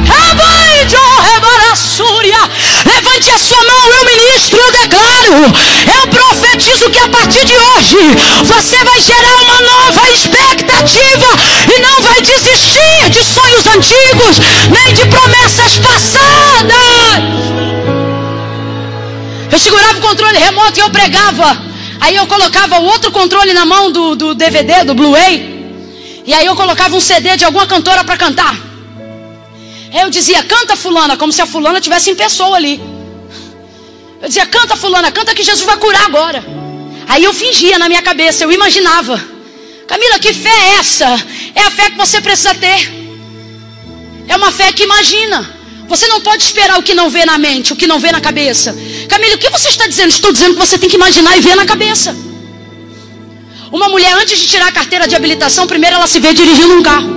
Levante a sua mão, eu ministro, eu declaro, eu profetizo que a partir de hoje você vai gerar uma nova expectativa e não vai desistir de sonhos antigos, nem de promessas passadas. Eu segurava o controle remoto e eu pregava. Aí eu colocava o outro controle na mão do, do D V D, do Blu-ray, e aí eu colocava um C D de alguma cantora para cantar. Eu dizia, canta fulana, como se a fulana estivesse em pessoa ali. Eu dizia, canta fulana, canta que Jesus vai curar agora. Aí eu fingia na minha cabeça, eu imaginava. Camila, que fé é essa? É a fé que você precisa ter. É uma fé que imagina. Você não pode esperar o que não vê na mente, o que não vê na cabeça. Camila, o que você está dizendo? Estou dizendo que você tem que imaginar e ver na cabeça. Uma mulher, antes de tirar a carteira de habilitação, primeiro ela se vê dirigindo um carro.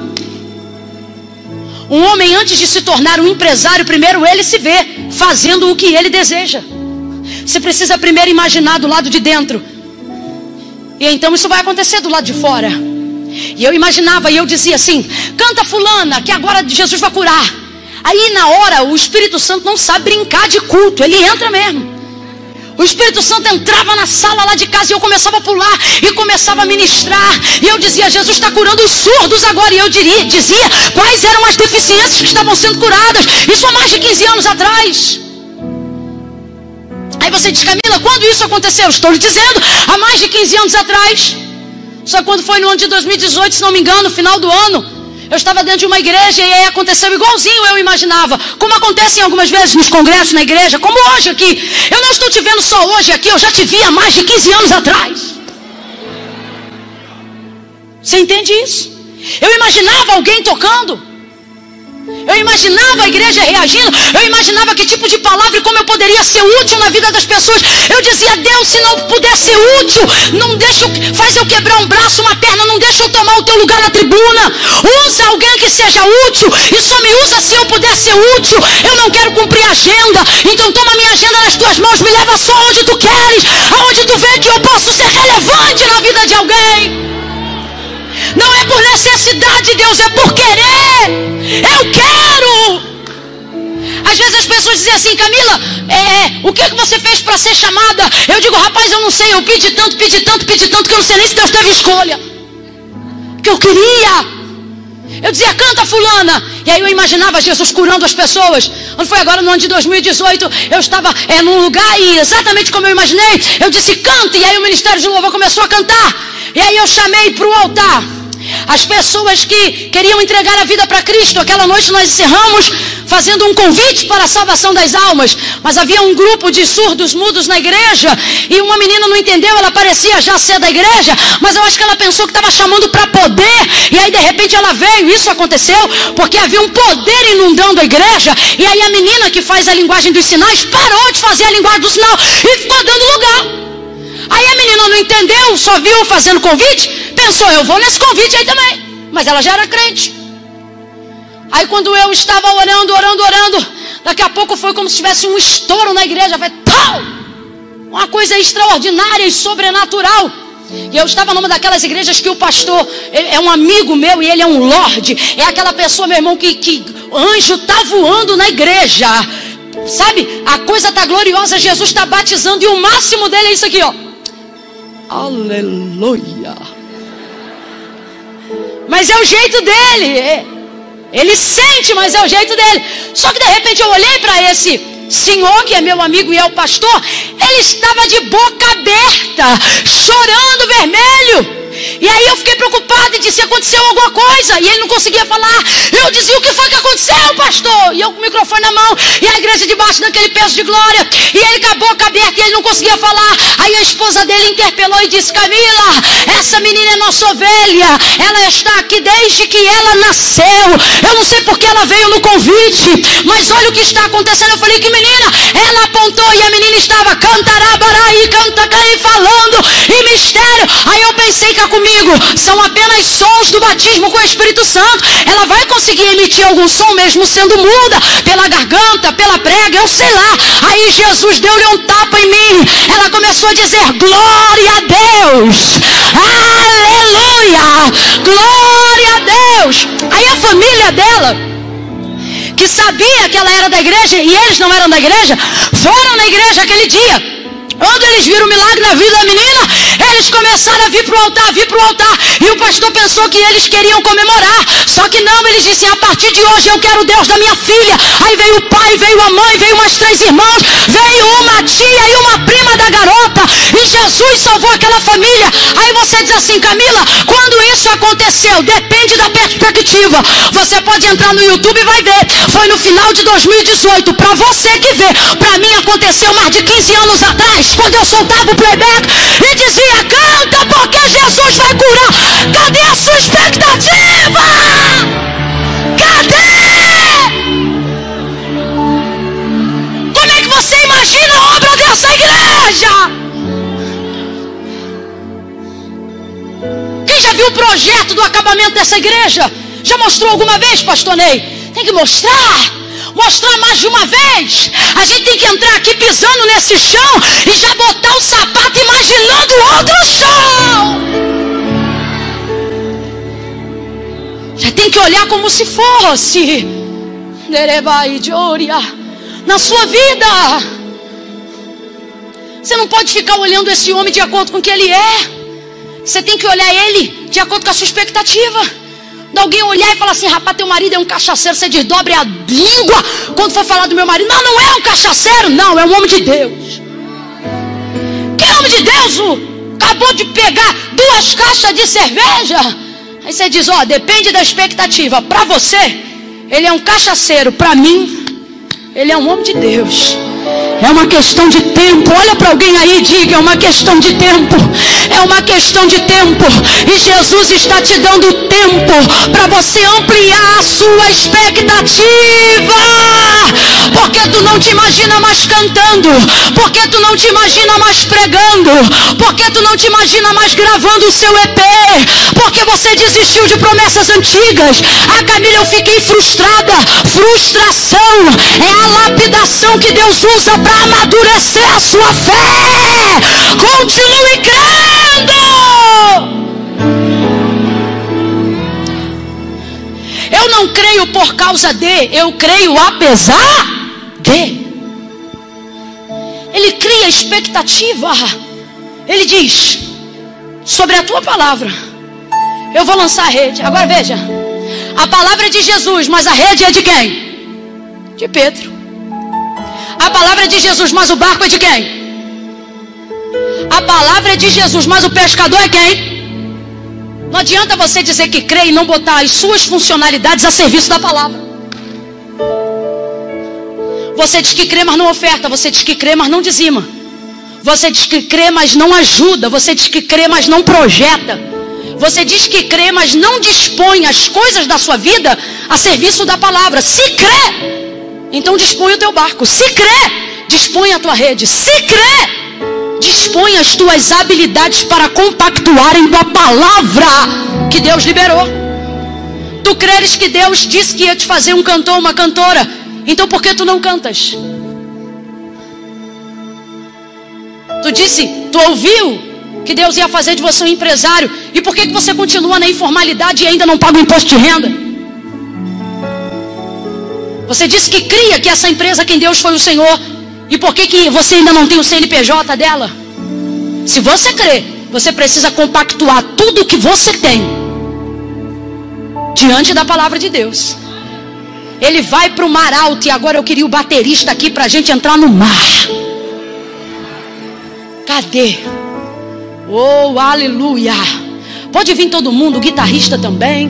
Um homem, antes de se tornar um empresário, primeiro ele se vê fazendo o que ele deseja. Você precisa primeiro imaginar do lado de dentro, e então isso vai acontecer do lado de fora. E eu imaginava, e eu dizia assim, canta fulana, que agora Jesus vai curar. Aí na hora, o Espírito Santo não sabe brincar de culto, ele entra mesmo. O Espírito Santo entrava na sala lá de casa e eu começava a pular e começava a ministrar. E eu dizia, Jesus está curando os surdos agora. E eu diria, dizia quais eram as deficiências que estavam sendo curadas. Isso há mais de quinze anos atrás. Aí você diz, Camila, quando isso aconteceu? Estou lhe dizendo, há mais de quinze anos atrás. Só quando foi no ano de dois mil e dezoito, se não me engano, no final do ano, eu estava dentro de uma igreja e aí aconteceu igualzinho eu imaginava. Como acontece algumas vezes nos congressos na igreja, como hoje aqui. Eu não estou te vendo só hoje aqui, eu já te vi há mais de quinze anos atrás. Você entende isso? Eu imaginava alguém tocando. Eu imaginava a igreja reagindo. Eu imaginava que tipo de palavra e como eu poderia ser útil na vida das pessoas. Eu dizia, Deus, se não puder ser útil, não deixa eu, faz eu quebrar um braço, uma perna, não deixa eu tomar o teu lugar na tribuna. Usa alguém que seja útil e só me usa se eu puder ser útil. Eu não quero cumprir a agenda, então toma minha agenda nas tuas mãos, me leva só onde tu queres, aonde tu quero ver que eu posso ser relevante na vida de alguém. Não é por necessidade, Deus, é por querer. Eu quero. Às vezes as pessoas dizem assim: Camila, é, o que, que você fez para ser chamada? Eu digo: rapaz, eu não sei, eu pedi tanto, pedi tanto, pedi tanto, que eu não sei nem se Deus teve escolha. Que eu queria. Eu dizia: canta fulana. E aí eu imaginava Jesus curando as pessoas. Quando foi agora no ano de dois mil e dezoito, eu estava é, num lugar e exatamente como eu imaginei, eu disse: canta. E aí o ministério de louvor começou a cantar. E aí eu chamei para o altar as pessoas que queriam entregar a vida para Cristo. Aquela noite nós encerramos fazendo um convite para a salvação das almas. Mas havia um grupo de surdos mudos na igreja. E uma menina não entendeu, ela parecia já ser da igreja, mas eu acho que ela pensou que estava chamando para poder. E aí de repente ela veio. Isso aconteceu porque havia um poder inundando a igreja. E aí a menina que faz a linguagem dos sinais parou de fazer a linguagem do sinal e ficou dando lugar. Aí a menina não entendeu, só viu fazendo convite, pensou: eu vou nesse convite aí também. Mas ela já era crente. Aí quando eu estava orando, orando, orando, daqui a pouco foi como se tivesse um estouro na igreja. Foi tal! Uma coisa extraordinária e sobrenatural. E eu estava numa daquelas igrejas que o pastor é um amigo meu e ele é um lorde. É aquela pessoa, meu irmão, que, que anjo está voando na igreja. Sabe, a coisa está gloriosa, Jesus está batizando e o máximo dele é isso aqui, ó. Aleluia. Mas é o jeito dele. Ele sente, mas é o jeito dele. Só que de repente eu olhei para esse senhor, que é meu amigo e é o pastor. Ele estava de boca aberta, chorando vermelho. E aí eu fiquei preocupada e disse: aconteceu alguma coisa? E ele não conseguia falar. Eu dizia: o que foi que aconteceu, pastor? E eu com o microfone na mão e a igreja debaixo daquele peso de glória. E ele com a boca aberta e ele não conseguia falar. Aí a esposa dele interpelou e disse: Camila, essa menina é nossa ovelha. Ela está aqui desde que ela nasceu. Eu não sei porque ela veio no convite, mas olha o que está acontecendo. Eu falei: que menina? Ela apontou e a menina estava cantarabarai, cantacai, falando em mistério. Aí eu pensei que comigo, são apenas sons do batismo com o Espírito Santo. Ela vai conseguir emitir algum som mesmo sendo muda, pela garganta, pela prega, eu sei lá. Aí Jesus deu-lhe um tapa em mim. Ela começou a dizer: glória a Deus, aleluia, glória a Deus. Aí a família dela, que sabia que ela era da igreja e eles não eram da igreja, foram na igreja aquele dia. Quando eles viram o milagre na vida da menina, eles começaram a vir para o altar, vir para o altar. E o pastor pensou que eles queriam comemorar. Só que não, eles disseram: a partir de hoje eu quero o Deus da minha filha. Aí veio o pai, veio a mãe, veio umas três irmãos, veio uma tia e uma prima da garota. E Jesus salvou aquela família. Aí você diz assim: Camila, quando isso aconteceu? Depende da perspectiva. Você pode entrar no YouTube e vai ver. Foi no final de dois mil e dezoito. Para você que vê, para mim aconteceu mais de quinze anos atrás, quando eu soltava o playback e dizia: canta porque Jesus vai curar. Cadê a sua expectativa? Cadê? Como é que você imagina a obra dessa igreja? Quem já viu o projeto do acabamento dessa igreja? Já mostrou alguma vez, pastor Ney? Tem que mostrar. Mostrar mais de uma vez. A gente tem que entrar aqui pisando nesse chão e já botar o sapato imaginando outro chão. Já tem que olhar como se fosse na sua vida. Você não pode ficar olhando esse homem de acordo com o que ele é. Você tem que olhar ele de acordo com a sua expectativa. De alguém olhar e falar assim: rapaz, teu marido é um cachaceiro. Você desdobre a língua quando for falar do meu marido. Não, não é um cachaceiro. Não, é um homem de Deus. Que homem de Deus? Acabou de pegar duas caixas de cerveja. Aí você diz: ó, depende da expectativa. Para você, ele é um cachaceiro. Para mim, ele é um homem de Deus. É uma questão de tempo. Olha para alguém aí e diga: é uma questão de tempo. É uma questão de tempo. E Jesus está te dando tempo para você ampliar a sua expectativa. Porque tu não te imagina mais cantando. Porque tu não te imagina mais pregando. Porque tu não te imagina mais gravando o seu E P. Porque você desistiu de promessas antigas. Ah, Camila, eu fiquei frustrada. Frustração é a lapidação que Deus usa para amadurecer a sua fé. Com Continue crendo. Eu não creio por causa de, eu creio apesar de. Ele cria expectativa. Ele diz: sobre a tua palavra eu vou lançar a rede. Agora veja, a palavra é de Jesus, mas a rede é de quem? De Pedro. A palavra é de Jesus, mas o barco é de quem? A palavra é de Jesus, mas o pescador é quem? Não adianta você dizer que crê e não botar as suas funcionalidades a serviço da palavra. Você diz que crê, mas não oferta. Você diz que crê, mas não dizima. Você diz que crê, mas não ajuda. Você diz que crê, mas não projeta. Você diz que crê, mas não dispõe as coisas da sua vida a serviço da palavra. Se crê, então dispõe o teu barco. Se crê, dispõe a tua rede. Se crê, dispõe as tuas habilidades para compactuarem com a palavra que Deus liberou. Tu creres que Deus disse que ia te fazer um cantor, uma cantora, então por que tu não cantas? Tu disse, tu ouviu que Deus ia fazer de você um empresário, e por que que você continua na informalidade e ainda não paga o imposto de renda? Você disse que cria que essa empresa, quem Deus foi o Senhor, e por que que você ainda não tem o C N P J dela? Se você crê, você precisa compactuar tudo o que você tem diante da palavra de Deus. Ele vai para o mar alto, e agora eu queria o baterista aqui para a gente entrar no mar. Cadê? Oh, aleluia. Pode vir todo mundo, o guitarrista também.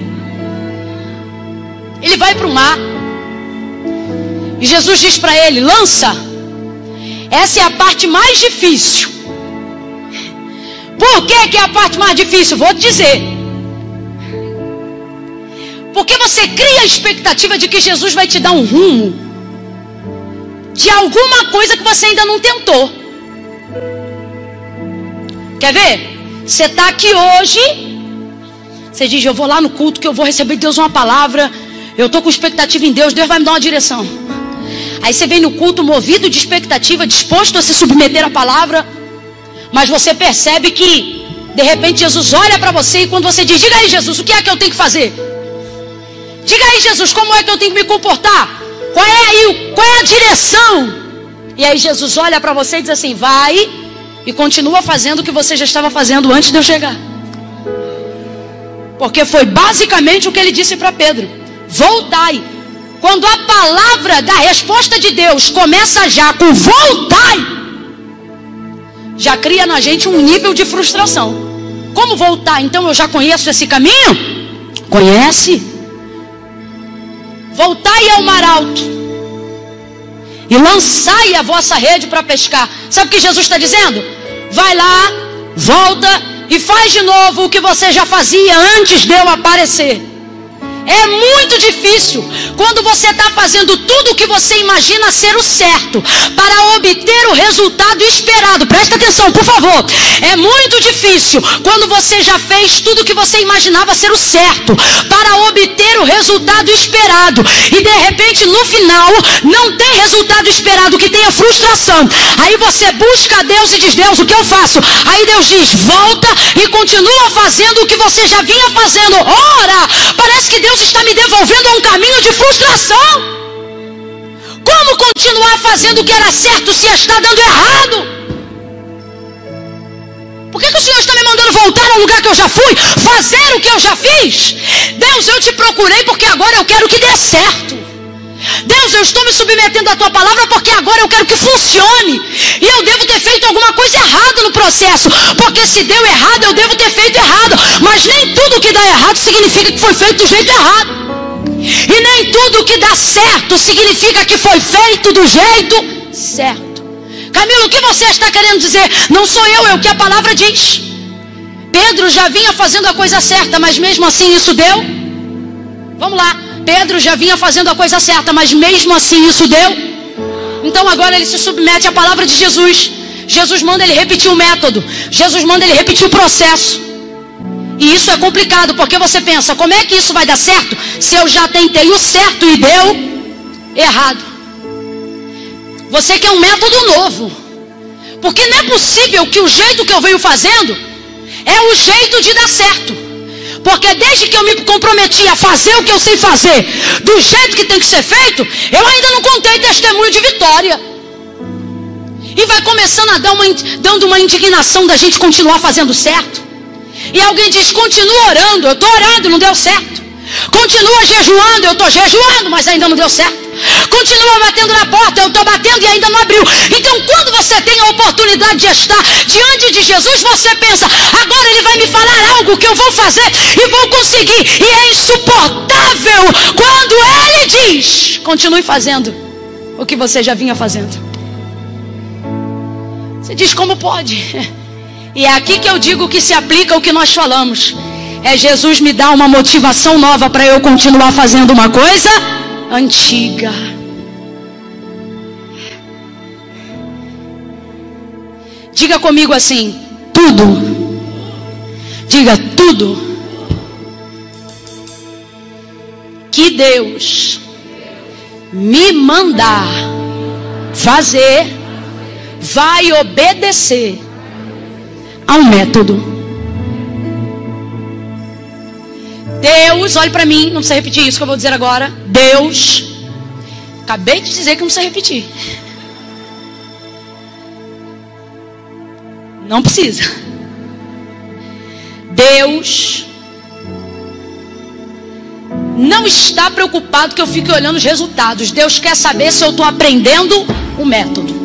Ele vai para o mar, e Jesus diz para ele: lança. Essa é a parte mais difícil. Por que que é a parte mais difícil? Vou te dizer. Porque você cria a expectativa de que Jesus vai te dar um rumo de alguma coisa que você ainda não tentou. Quer ver? Você está aqui hoje, você diz: eu vou lá no culto que eu vou receber de Deus uma palavra. Eu estou com expectativa em Deus, Deus vai me dar uma direção. Aí você vem no culto movido de expectativa, disposto a se submeter à palavra, mas você percebe que de repente Jesus olha para você, e quando você diz: diga aí, Jesus, o que é que eu tenho que fazer? Diga aí, Jesus, como é que eu tenho que me comportar? Qual é aí, qual é a direção? E aí Jesus olha para você e diz assim: vai e continua fazendo o que você já estava fazendo antes de eu chegar. Porque foi basicamente o que ele disse para Pedro: voltai. Quando a palavra da resposta de Deus começa já com voltai, já cria na gente um nível de frustração. Como voltar? Então eu já conheço esse caminho? Conhece? Voltai ao mar alto e lançai a vossa rede para pescar. Sabe o que Jesus está dizendo? Vai lá, volta e faz de novo o que você já fazia antes de eu aparecer. É muito difícil quando você está fazendo tudo o que você imagina ser o certo para obter o resultado esperado. Presta atenção, por favor. É muito difícil quando você já fez tudo o que você imaginava ser o certo para obter o resultado esperado, e de repente no final não tem resultado esperado, que tenha frustração. Aí você busca a Deus e diz: Deus, o que eu faço? Aí Deus diz: volta e continua fazendo o que você já vinha fazendo. Ora, parece que Deus está me devolvendo a um caminho de frustração. Como continuar fazendo o que era certo se está dando errado? Por que que o Senhor está me mandando voltar ao lugar que eu já fui, fazer o que eu já fiz? Deus, eu te procurei porque agora eu quero que dê certo. Deus, eu estou me submetendo à tua palavra porque agora eu quero que funcione. E eu devo ter feito alguma coisa errada no processo, porque se deu errado, eu devo ter feito errado. Mas nem tudo que dá errado significa que foi feito do jeito errado, e nem tudo que dá certo significa que foi feito do jeito certo. Camilo, o que você está querendo dizer? Não sou eu, é o que a palavra diz. Pedro já vinha fazendo a coisa certa, mas mesmo assim isso deu. Vamos lá. Pedro já vinha fazendo a coisa certa, mas mesmo assim isso deu. Então agora ele se submete à palavra de Jesus. Jesus manda ele repetir o método. Jesus manda ele repetir o processo. E isso é complicado, porque você pensa: como é que isso vai dar certo se eu já tentei o certo e deu errado? Você quer um método novo, Porque não é possível que o jeito que eu venho fazendo é o jeito de dar certo. Porque desde que eu me comprometi a fazer o que eu sei fazer, do jeito que tem que ser feito, eu ainda não contei testemunho de vitória. E vai começando a dar uma, dando uma indignação da gente continuar fazendo certo. E alguém diz, continua orando, eu estou orando, não deu certo. Continua jejuando, eu estou jejuando, mas ainda não deu certo. Continua batendo na porta, eu estou batendo e ainda não abriu. Então quando você tem a oportunidade de estar diante de Jesus, você pensa, agora ele vai me falar algo que eu vou fazer e vou conseguir. E é insuportável quando ele diz, continue fazendo o que você já vinha fazendo. Você diz, como pode? E é aqui que eu digo que se aplica o que nós falamos. É Jesus me dar uma motivação nova para eu continuar fazendo uma coisa antiga. Diga comigo assim, tudo. Diga tudo que Deus me mandar fazer, vai obedecer a um método. Deus, olhe para mim, não precisa repetir isso que eu vou dizer agora. Deus, acabei de dizer que não precisa repetir. Não precisa. Deus não está preocupado que eu fique olhando os resultados. Deus quer saber se eu estou aprendendo o método.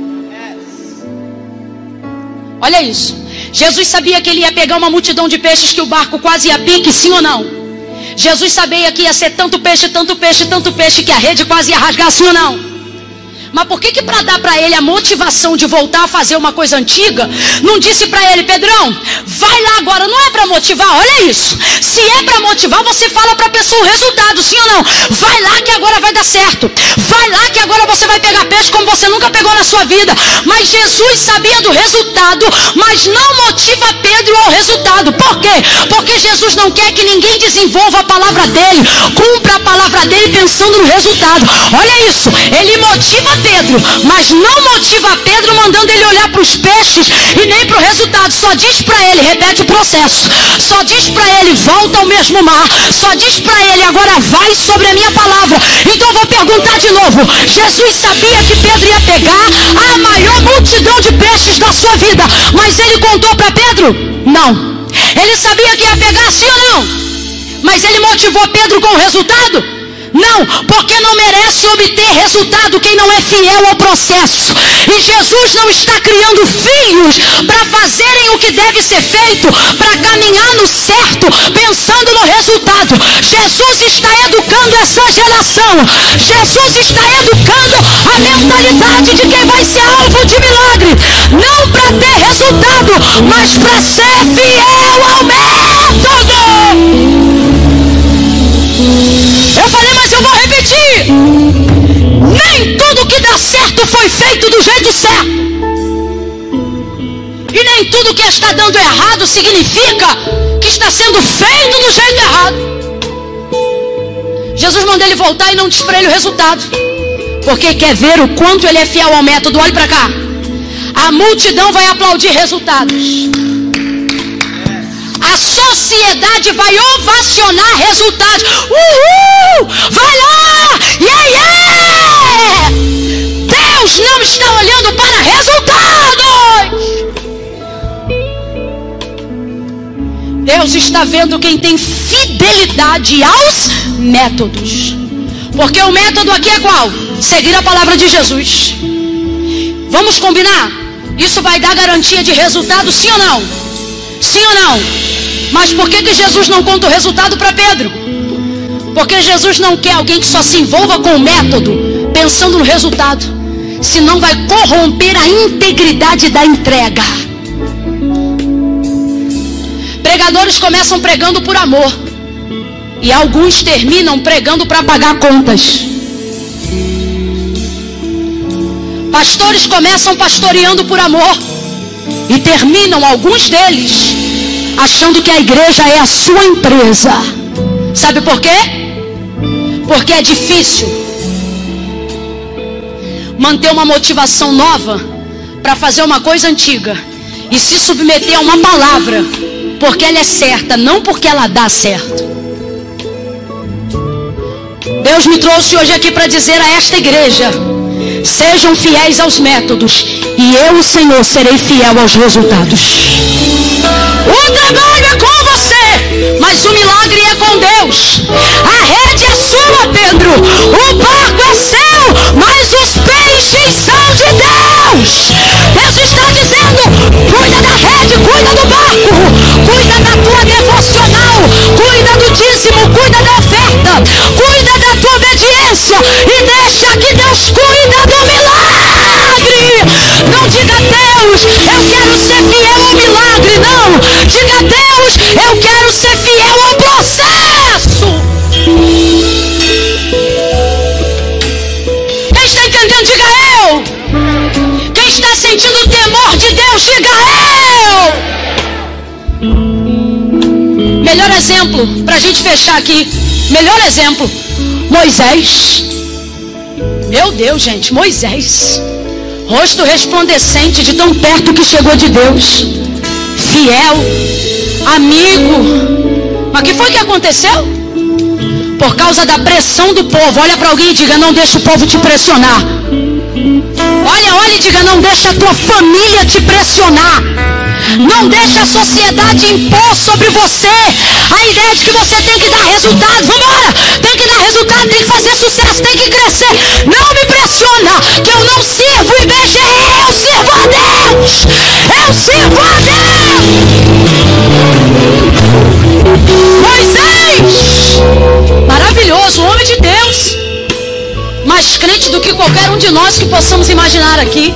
Olha isso. Jesus sabia que ele ia pegar uma multidão de peixes que o barco quase ia a pique, sim ou não? Jesus sabia que ia ser tanto peixe, tanto peixe, tanto peixe que a rede quase ia rasgar, sim ou não? Mas por que que para dar para ele a motivação de voltar a fazer uma coisa antiga, não disse para ele, Pedrão, vai lá agora, não é para motivar, olha isso. Se é para motivar, você fala para a pessoa o resultado, sim ou não? Vai lá que agora vai dar certo. Vai lá que agora você vai pegar peixe como você nunca pegou na sua vida. Mas Jesus sabia do resultado, mas não motiva Pedro ao resultado. Por quê? Porque Jesus não quer que ninguém desenvolva a palavra dele, cumpra a palavra dele pensando no resultado. Olha isso, ele motiva Pedro, mas não motiva Pedro mandando ele olhar para os peixes e nem para o resultado. Só diz para ele, repete o processo. Só diz para ele, volta ao mesmo mar. Só diz para ele, agora vai sobre a minha palavra. Então eu vou perguntar de novo. Jesus sabia que Pedro ia pegar a maior multidão de peixes da sua vida, mas ele contou para Pedro? Não. Ele sabia que ia pegar, sim ou não? Mas ele motivou Pedro com o resultado? Não, porque não merece obter resultado quem não é fiel ao processo. E Jesus não está criando filhos para fazerem o que deve ser feito, para caminhar no certo, pensando no resultado. Jesus está educando essa geração. Jesus está educando a mentalidade de quem vai ser alvo de milagre. Não para ter resultado, mas para ser fiel ao método. Eu falei, mas eu vou repetir. Nem tudo que dá certo foi feito do jeito certo. E nem tudo que está dando errado significa que está sendo feito do jeito errado. Jesus mandou ele voltar e não disse para ele o resultado, porque quer ver o quanto ele é fiel ao método. Olhe para cá. A multidão vai aplaudir resultados. A sociedade vai ovacionar resultados. Uhul! Vai lá! Yeah, yeah! Deus não está olhando para resultados. Deus está vendo quem tem fidelidade aos métodos. Porque o método aqui é qual? Seguir a palavra de Jesus. Vamos combinar? Isso vai dar garantia de resultado, sim ou não? Sim ou não? Mas por que que Jesus não conta o resultado para Pedro? Porque Jesus não quer alguém que só se envolva com o método, pensando no resultado. Senão vai corromper a integridade da entrega. Pregadores começam pregando por amor, e alguns terminam pregando para pagar contas. Pastores começam pastoreando por amor e terminam, alguns deles, achando que a igreja é a sua empresa. Sabe por quê? Porque é difícil manter uma motivação nova para fazer uma coisa antiga e se submeter a uma palavra, porque ela é certa, não porque ela dá certo. Deus me trouxe hoje aqui para dizer a esta igreja: sejam fiéis aos métodos, e eu, o Senhor, serei fiel aos resultados. O trabalho é com você, mas o milagre é com Deus. A rede é sua, Pedro. O barco é seu, mas os peixes são de Deus. Deus está dizendo: cuida da rede, cuida do barco, cuida da tua devocional, cuida do dízimo, cuida da oferta, cuida da tua obediência e deixa que Deus cuida do milagre. Não diga: Deus, eu quero ser fiel ao milagre. Não, diga: Deus, eu quero ser fiel ao processo. Quem está entendendo, diga eu. Quem está sentindo o temor de Deus, diga eu. Melhor exemplo, para a gente fechar aqui. Melhor exemplo, Moisés. Meu Deus, gente, Moisés. Rosto resplandecente de tão perto que chegou de Deus. Fiel, amigo. Mas o que foi que aconteceu? Por causa da pressão do povo. Olha para alguém e diga: não deixa o povo te pressionar. Olha, olha e diga: não deixa a tua família te pressionar. Não deixa a sociedade impor sobre você a ideia de que você tem que dar resultado. Vambora! Tem que dar resultado, tem que fazer sucesso, tem que crescer. Não me pressiona, que eu não sirvo I B G E, eu sirvo a Deus! Eu sirvo a Deus! Moisés! Maravilhoso, homem de Deus. Mais crente do que qualquer um de nós que possamos imaginar aqui.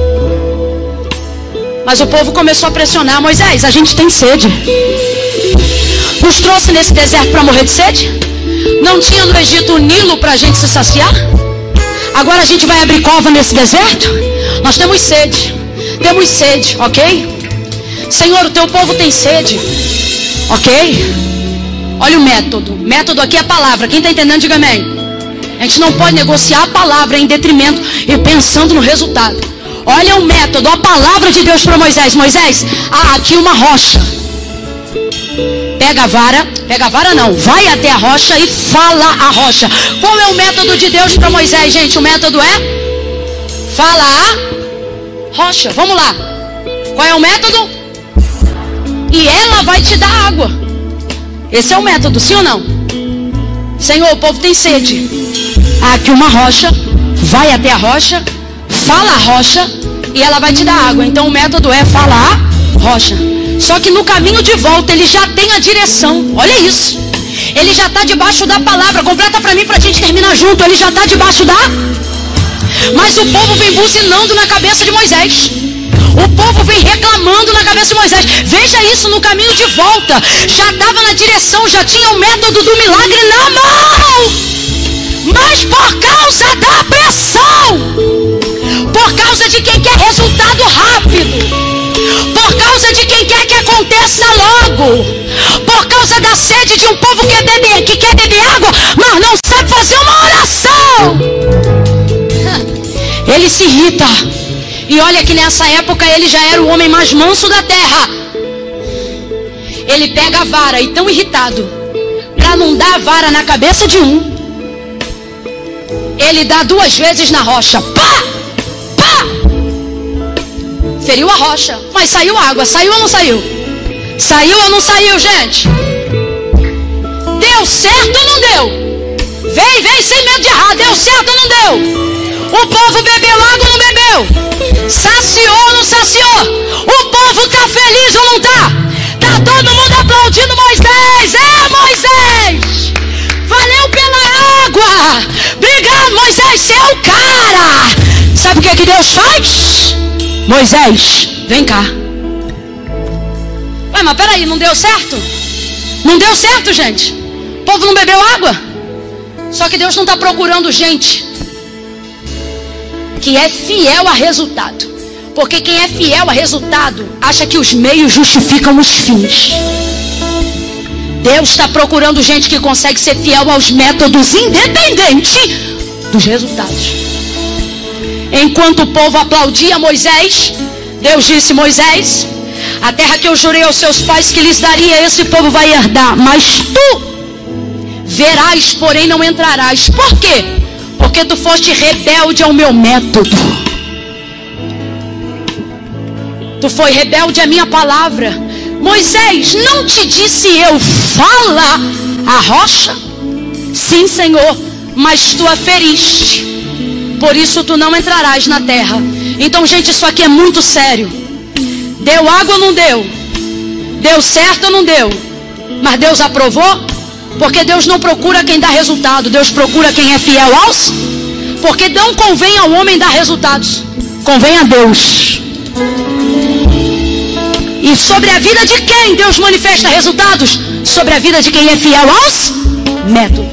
Mas o povo começou a pressionar: Moisés, a gente tem sede. Nos trouxe nesse deserto para morrer de sede? Não tinha no Egito o Nilo para a gente se saciar? Agora a gente vai abrir cova nesse deserto? Nós temos sede. Temos sede, ok? Senhor, o teu povo tem sede. Ok? Olha o método. Método aqui é a palavra. Quem está entendendo, diga amém. A gente não pode negociar a palavra em detrimento e pensando no resultado. Olha o método, a palavra de Deus para Moisés. Moisés, há aqui uma rocha. Pega a vara, pega a vara não, vai até a rocha e fala a rocha. Qual é o método de Deus para Moisés, gente? O método é: fala a rocha. Vamos lá. Qual é o método? E ela vai te dar água. Esse é o método, sim ou não? Senhor, o povo tem sede. Há aqui uma rocha, vai até a rocha, fala a rocha e ela vai te dar água. Então o método é: fala a rocha. Só que no caminho de volta ele já tem a direção. Olha isso. Ele já está debaixo da palavra. Completa para mim para a gente terminar junto. Ele já está debaixo da... Mas o povo vem buzinando na cabeça de Moisés. O povo vem reclamando na cabeça de Moisés. Veja isso no caminho de volta. Já estava na direção, já tinha o método do milagre na mão. Mas por causa da pressão, por causa de quem quer resultado rápido, por causa de quem quer que aconteça logo, por causa da sede de um povo que, bebe, que quer beber água, mas não sabe fazer uma oração, ele se irrita. E olha que nessa época ele já era o homem mais manso da terra. Ele pega a vara e tão irritado, para não dar a vara na cabeça de um, ele dá duas vezes na rocha. Pá! Pá! Feriu a rocha, mas saiu água. Saiu ou não saiu? Saiu ou não saiu, gente? Deu certo ou não deu? Vem, vem sem medo de errar. Deu certo ou não deu? O povo bebeu água ou não bebeu? Saciou ou não saciou? O povo está feliz ou não está? Está todo mundo aplaudindo Moisés. É, Moisés! Valeu pela água! Obrigado, Moisés, você é o cara! Sabe o que é que Deus faz? Moisés, vem cá. Ué, mas peraí, não deu certo? Não deu certo, gente. O povo não bebeu água. Só que Deus não está procurando gente que é fiel a resultado. Porque quem é fiel a resultado acha que os meios justificam os fins. Deus está procurando gente que consegue ser fiel aos métodos, independente dos resultados. Enquanto o povo aplaudia Moisés, Deus disse: Moisés, a terra que eu jurei aos seus pais que lhes daria, esse povo vai herdar. Mas tu verás, porém não entrarás. Por quê? Porque tu foste rebelde ao meu método. Tu foi rebelde à minha palavra. Moisés, não te disse eu, fala a rocha? Sim, Senhor, mas tu a feriste. Por isso tu não entrarás na terra. Então, gente, isso aqui é muito sério. Deu água ou não deu? Deu certo ou não deu? Mas Deus aprovou? Porque Deus não procura quem dá resultado. Deus procura quem é fiel aos. Porque não convém ao homem dar resultados, convém a Deus. E sobre a vida de quem Deus manifesta resultados? Sobre a vida de quem é fiel aos métodos.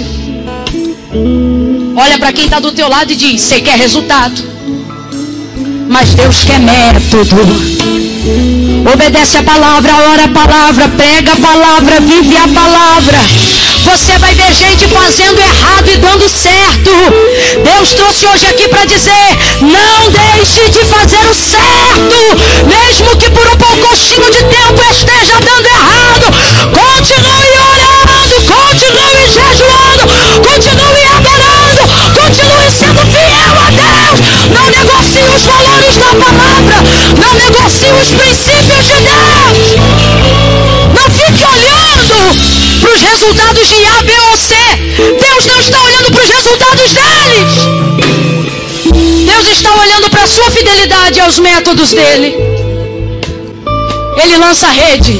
Olha para quem está do teu lado e diz: você quer resultado, mas Deus quer método. Obedece a palavra, ora a palavra, prega a palavra, vive a palavra. Você vai ver gente fazendo errado e dando certo. Deus trouxe hoje aqui para dizer: não deixe de fazer o certo, mesmo que por um pouquinho de tempo esteja dando errado. Continue orando, continue jejuando, continue adorando, continue sendo fiel a Deus. Não negocie os valores da palavra, não negocie os princípios de Deus. Não fique olhando para os resultados de A, B ou C. Deus não está olhando para os resultados deles. Deus está olhando para a sua fidelidade aos métodos dele. Ele lança a rede.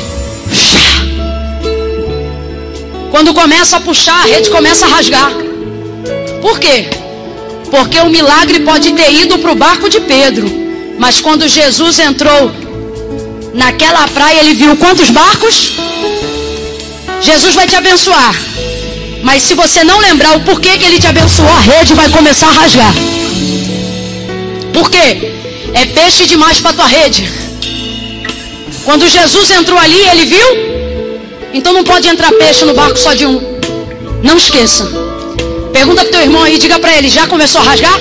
Quando começa a puxar, a rede começa a rasgar. Por quê? Porque o milagre pode ter ido para o barco de Pedro, mas quando Jesus entrou naquela praia, ele viu quantos barcos? Jesus vai te abençoar, mas se você não lembrar o porquê que ele te abençoou, a rede vai começar a rasgar. Por quê? É peixe demais para tua rede. Quando Jesus entrou ali, ele viu? Então não pode entrar peixe no barco só de um. Não esqueça. Pergunta pro teu irmão aí, diga para ele: já começou a rasgar?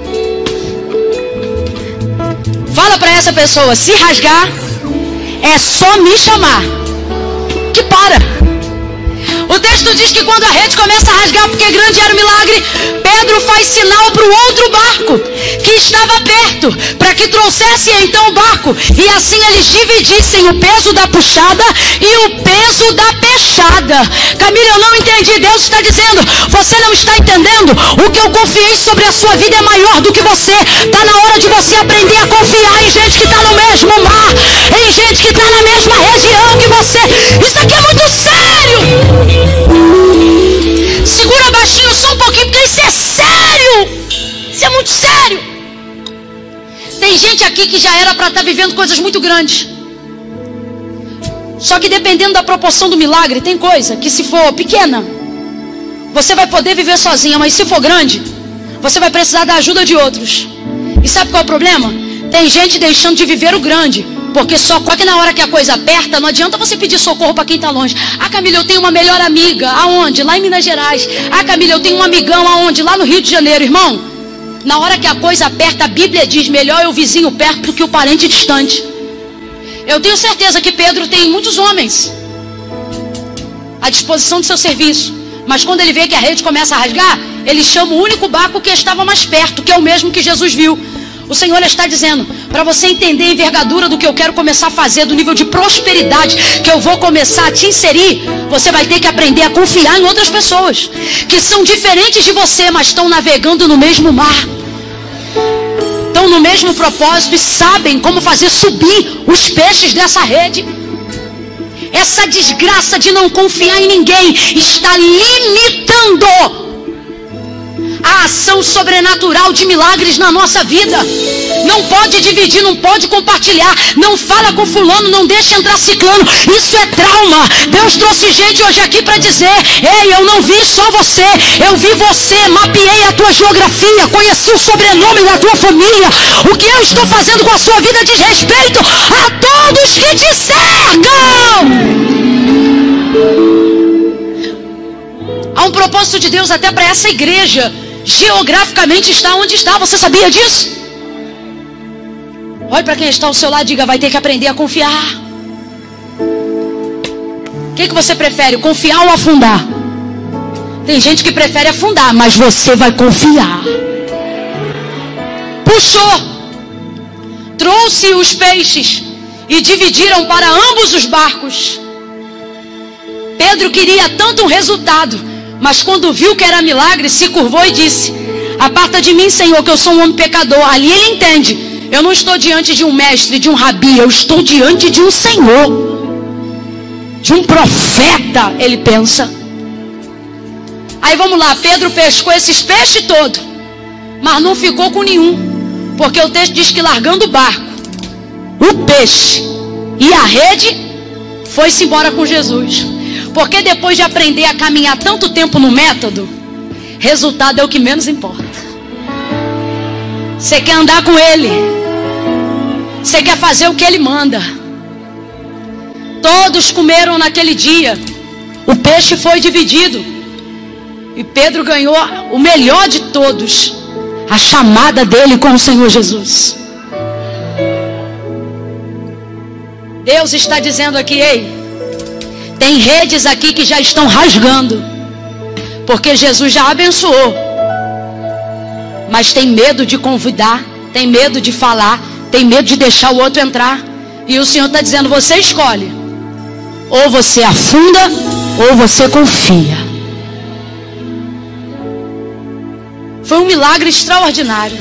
Fala para essa pessoa: se rasgar, é só me chamar que para. O texto diz que quando a rede começa a rasgar, porque grande era o milagre, Pedro faz sinal para o outro barco que estava perto, para que trouxesse então o barco, e assim eles dividissem o peso da puxada e o peso da peixada. Camila, eu não entendi. Deus está dizendo: você não está entendendo? O que eu confiei sobre a sua vida é maior do que você. Está na hora de você aprender a confiar em gente que está no mesmo mar, em gente que está na mesma região que você. Isso aqui é muito sério. Segura baixinho só um pouquinho, porque isso é sério. Isso é muito sério. Tem gente aqui que já era para estar vivendo coisas muito grandes. Só que dependendo da proporção do milagre, tem coisa que se for pequena, você vai poder viver sozinha, mas se for grande, você vai precisar da ajuda de outros. E sabe qual é o problema? Tem gente deixando de viver o grande, porque só que na hora que a coisa aperta, não adianta você pedir socorro para quem está longe. Ah, Camila, eu tenho uma melhor amiga. Aonde? Lá em Minas Gerais. Ah, Camila, eu tenho um amigão. Aonde? Lá no Rio de Janeiro. Irmão, na hora que a coisa aperta, a Bíblia diz: melhor é o vizinho perto do que o parente distante. Eu tenho certeza que Pedro tem muitos homens à disposição do seu serviço, mas quando ele vê que a rede começa a rasgar, ele chama o único barco que estava mais perto, que é o mesmo que Jesus viu. O Senhor está dizendo: para você entender a envergadura do que eu quero começar a fazer, do nível de prosperidade que eu vou começar a te inserir, você vai ter que aprender a confiar em outras pessoas que são diferentes de você, mas estão navegando no mesmo mar, estão no mesmo propósito e sabem como fazer subir os peixes dessa rede. Essa desgraça de não confiar em ninguém está limitando a ação sobrenatural de milagres na nossa vida. Não pode dividir, não pode compartilhar, não fala com fulano, não deixa entrar ciclano. Isso é trauma. Deus trouxe gente hoje aqui para dizer: ei, eu não vi só você, eu vi você, mapeei a tua geografia, conheci o sobrenome da tua família. O que eu estou fazendo com a sua vida diz respeito a todos que te cercam. Há um propósito de Deus até para essa igreja geograficamente está onde está. Você sabia disso? Olhe para quem está ao seu lado e diga: vai ter que aprender a confiar. O que, que você prefere, confiar ou afundar? Tem gente que prefere afundar, mas você vai confiar. Puxou, trouxe os peixes e dividiram para ambos os barcos. Pedro queria tanto um resultado, mas quando viu que era milagre, se curvou e disse: aparta de mim, Senhor, que eu sou um homem pecador. Ali ele entende: eu não estou diante de um mestre, de um rabi, eu estou diante de um Senhor, de um profeta, ele pensa. Aí vamos lá, Pedro pescou esses peixes todos, mas não ficou com nenhum, porque o texto diz que largando o barco, o peixe e a rede, foi-se embora com Jesus. Porque depois de aprender a caminhar tanto tempo no método, resultado é o que menos importa. Você quer andar com Ele, você quer fazer o que Ele manda. Todos comeram naquele dia, o peixe foi dividido, e Pedro ganhou o melhor de todos, a chamada dele com o Senhor Jesus. Deus está dizendo aqui: ei, tem redes aqui que já estão rasgando, porque Jesus já abençoou, mas tem medo de convidar, tem medo de falar, tem medo de deixar o outro entrar. E o Senhor está dizendo: você escolhe, ou você afunda, ou você confia. Foi um milagre extraordinário.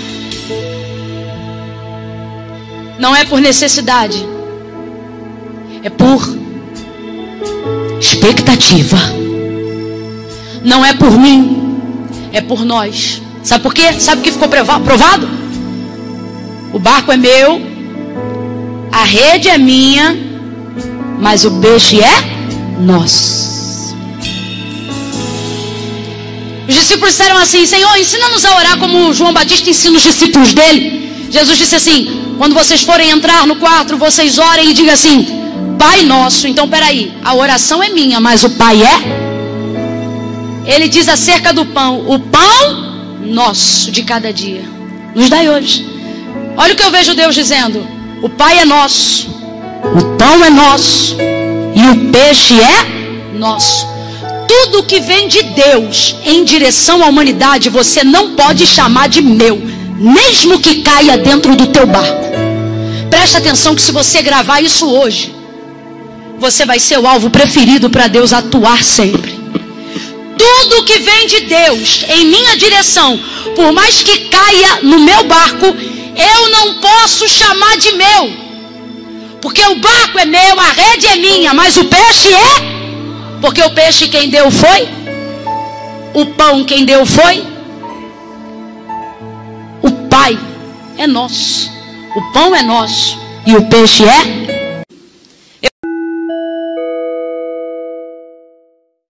Não é por necessidade, é por expectativa. Não é por mim, é por nós. Sabe por quê? Sabe o que ficou provado? O barco é meu, a rede é minha, mas o peixe é nosso. Os discípulos disseram assim: Senhor, ensina-nos a orar como João Batista ensina os discípulos dele. Jesus disse assim: quando vocês forem entrar no quarto, vocês orem e digam assim: Pai nosso. Então peraí, a oração é minha, mas o Pai é? Ele diz acerca do pão: o pão nosso de cada dia nos dai hoje. Olha o que eu vejo Deus dizendo: o Pai é nosso, o pão é nosso e o peixe é nosso. Tudo que vem de Deus em direção à humanidade, você não pode chamar de meu, mesmo que caia dentro do teu barco. Presta atenção que se você gravar isso hoje, você vai ser o alvo preferido para Deus atuar sempre. Tudo que vem de Deus em minha direção, por mais que caia no meu barco, eu não posso chamar de meu, porque o barco é meu, a rede é minha, mas o peixe é? Porque o peixe quem deu foi? O pão quem deu foi? O Pai é nosso, o pão é nosso e o peixe é